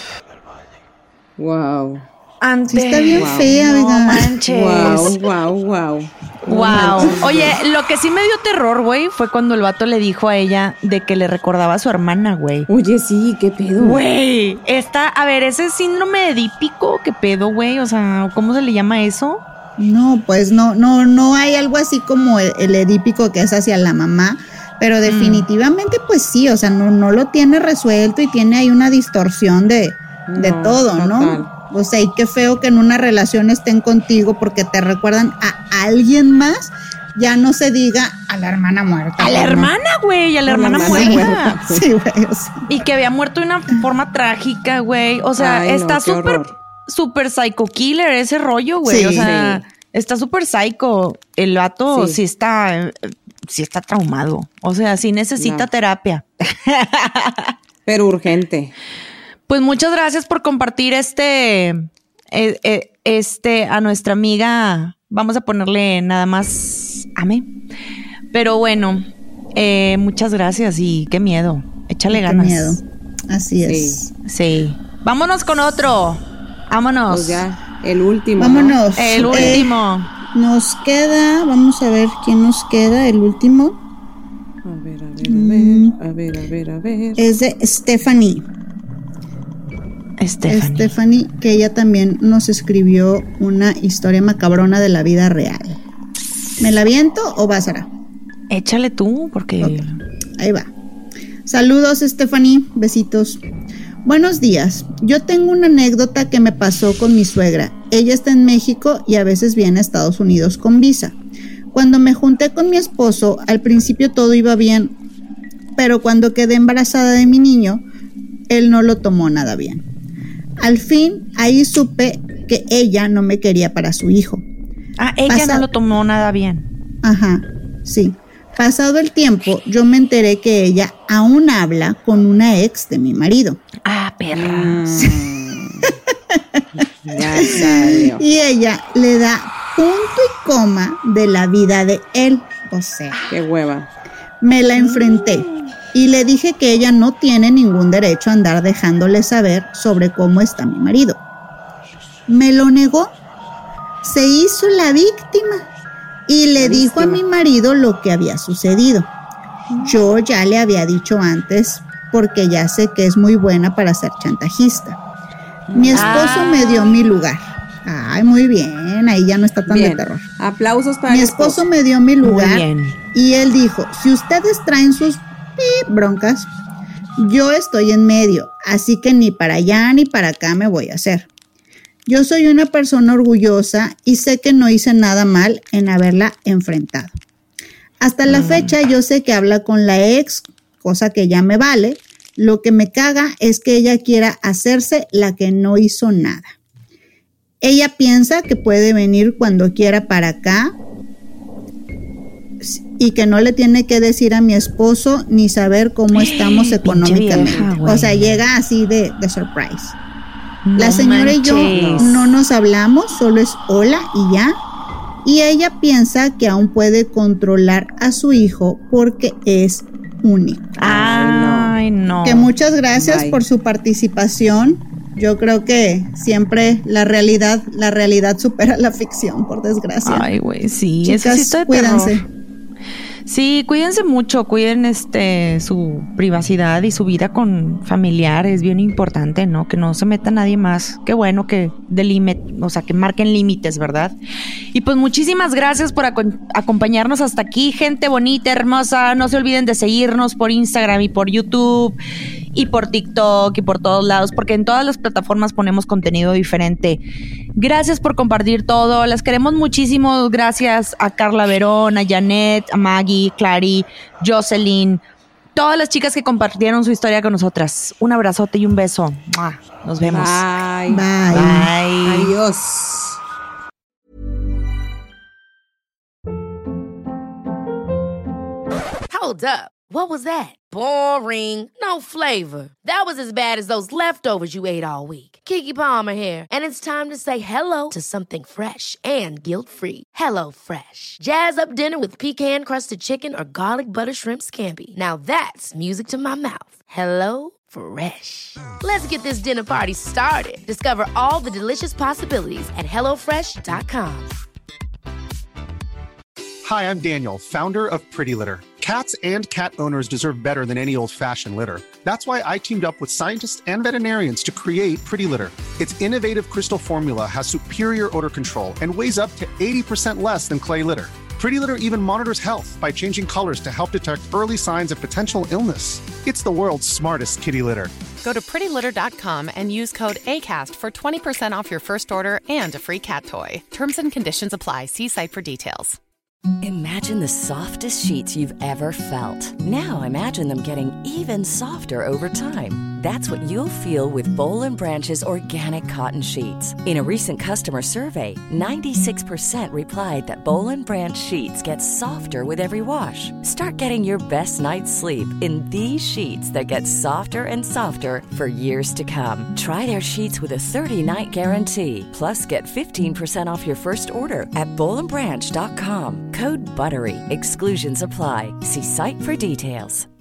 S5: Wow.
S1: Antes.
S9: Sí está bien
S5: wow.
S9: fea,
S1: no
S9: oiga.
S1: manches.
S5: Wow, wow, wow.
S1: Wow. Oye, lo que sí me dio terror, güey, fue cuando el vato le dijo a ella de que le recordaba a su hermana, güey.
S5: Oye, sí, qué pedo.
S1: Güey, esta, a ver, ese síndrome edípico, qué pedo, güey, o sea, ¿cómo se le llama eso?
S9: No, pues no, no, no hay algo así como el, el edípico que es hacia la mamá, pero definitivamente, mm. pues sí, o sea, no, no lo tiene resuelto y tiene ahí una distorsión de, no, de todo, total. ¿no? O sea, y qué feo que en una relación estén contigo porque te recuerdan a alguien más, ya no se diga a la hermana muerta.
S1: A la ¿no? hermana, güey, a la, a hermana, la hermana muerta. muerta
S9: pues. Sí, güey. O sea.
S1: Y que había muerto de una forma trágica, güey. O sea, Ay, está súper, no, súper psycho killer ese rollo, güey. Sí, o sea, sí. está súper psycho. El vato sí, sí está, sí está traumado. O sea, sí necesita no. terapia.
S5: Pero urgente.
S1: Pues muchas gracias por compartir este, eh, este a nuestra amiga. Vamos a ponerle nada más Ame. Pero bueno, eh, muchas gracias y qué miedo. Échale
S9: qué
S1: ganas.
S9: Miedo. Así es.
S1: Sí. sí. Vámonos con otro. Vámonos.
S5: Pues ya, el último.
S9: Vámonos.
S1: ¿no? El último.
S9: Eh, nos queda, vamos a ver quién nos queda, el último.
S5: A ver, a ver, a ver, a ver, a ver, a ver.
S9: Es de Stephanie.
S1: Stephanie.
S9: Stephanie, que ella también nos escribió una historia macabrona de la vida real. ¿Me la aviento o va, Sara?
S1: Échale tú, porque...
S9: Okay. Ahí va. Saludos, Stephanie. Besitos. Buenos días. Yo tengo una anécdota que me pasó con mi suegra. Ella está en México y a veces viene a Estados Unidos con visa. Cuando me junté con mi esposo, al principio todo iba bien, pero cuando quedé embarazada de mi niño, él no lo tomó nada bien. Al fin, ahí supe que ella no me quería para su hijo.
S1: Ah, ella Pasa- no lo tomó nada bien.
S9: Ajá, sí. Pasado el tiempo, yo me enteré que ella aún habla con una ex de mi marido.
S1: Ah, perra.
S9: Mm.
S5: Ya salió.
S9: Y ella le da punto y coma de la vida de él. O sea,
S5: qué hueva.
S9: Me la enfrenté y le dije que ella no tiene ningún derecho a andar dejándole saber sobre cómo está mi marido. Me lo negó. Se hizo la víctima y le dijo a mi marido lo que había sucedido. Yo ya le había dicho antes, porque ya sé que es muy buena para ser chantajista. Mi esposo ah. me dio mi lugar. Ay, muy bien, ahí ya no está tan bien. De terror.
S5: Aplausos para
S9: mi esposo. esposo me dio mi lugar y él dijo, si ustedes traen sus pip, broncas, yo estoy en medio, así que ni para allá ni para acá me voy a hacer. Yo soy una persona orgullosa y sé que no hice nada mal en haberla enfrentado. Hasta la mm. fecha yo sé que habla con la ex, cosa que ya me vale. Lo que me caga es que ella quiera hacerse la que no hizo nada. Ella piensa que puede venir cuando quiera para acá y que no le tiene que decir a mi esposo ni saber cómo estamos económicamente. Vieja, o sea, llega así de, de surprise. No la señora manches. y yo no nos hablamos, solo es hola y ya. Y ella piensa que aún puede controlar a su hijo porque es único.
S1: Ay, no.
S9: Que muchas gracias
S5: Bye.
S9: por su participación. Yo creo que siempre la realidad, la realidad supera la ficción, por desgracia.
S1: Ay, güey, sí.
S9: Chicas,
S1: eso sí está de
S9: cuídense.
S1: Terror. Sí, cuídense mucho, cuiden este su privacidad y su vida con familiar, es bien importante, ¿no? Que no se meta nadie más. Qué bueno que delimiten, o sea, que marquen límites, ¿verdad? Y pues muchísimas gracias por ac- acompañarnos hasta aquí, gente bonita, hermosa. No se olviden de seguirnos por Instagram y por YouTube y por TikTok y por todos lados, porque en todas las plataformas ponemos contenido diferente. Gracias por compartir todo, las queremos muchísimo. Gracias a Carla Verón, a Janet, a Maggie, Clary, Jocelyn, todas las chicas que compartieron su historia con nosotras. Un abrazote y un beso. Nos vemos.
S5: Bye.
S9: Bye.
S1: Bye.
S5: Adiós.
S10: Hold up. What was that? Boring. No flavor. That was as bad as those leftovers you ate all week. Keke Palmer here, and it's time to say hello to something fresh and guilt-free. Hello Fresh. Jazz up dinner with pecan-crusted chicken or garlic butter shrimp scampi. Now that's music to my mouth. Hello Fresh. Let's get this dinner party started. Discover all the delicious possibilities at hello fresh dot com.
S11: Hi, I'm Daniel, founder of Pretty Litter. Cats and cat owners deserve better than any old-fashioned litter. That's why I teamed up with scientists and veterinarians to create Pretty Litter. Its innovative crystal formula has superior odor control and weighs up to eighty percent less than clay litter. Pretty Litter even monitors health by changing colors to help detect early signs of potential illness. It's the world's smartest kitty litter.
S7: Go to pretty litter dot com and use code ACAST for twenty percent off your first order and a free cat toy. Terms and conditions apply. See site for details.
S12: Imagine the softest sheets you've ever felt. Now imagine them getting even softer over time. That's what you'll feel with Boll and Branch's organic cotton sheets. In a recent customer survey, ninety-six percent replied that Boll and Branch sheets get softer with every wash. Start getting your best night's sleep in these sheets that get softer and softer for years to come. Try their sheets with a thirty-night guarantee. Plus, get fifteen percent off your first order at boll and branch dot com. Code BUTTERY. Exclusions apply. See site for details.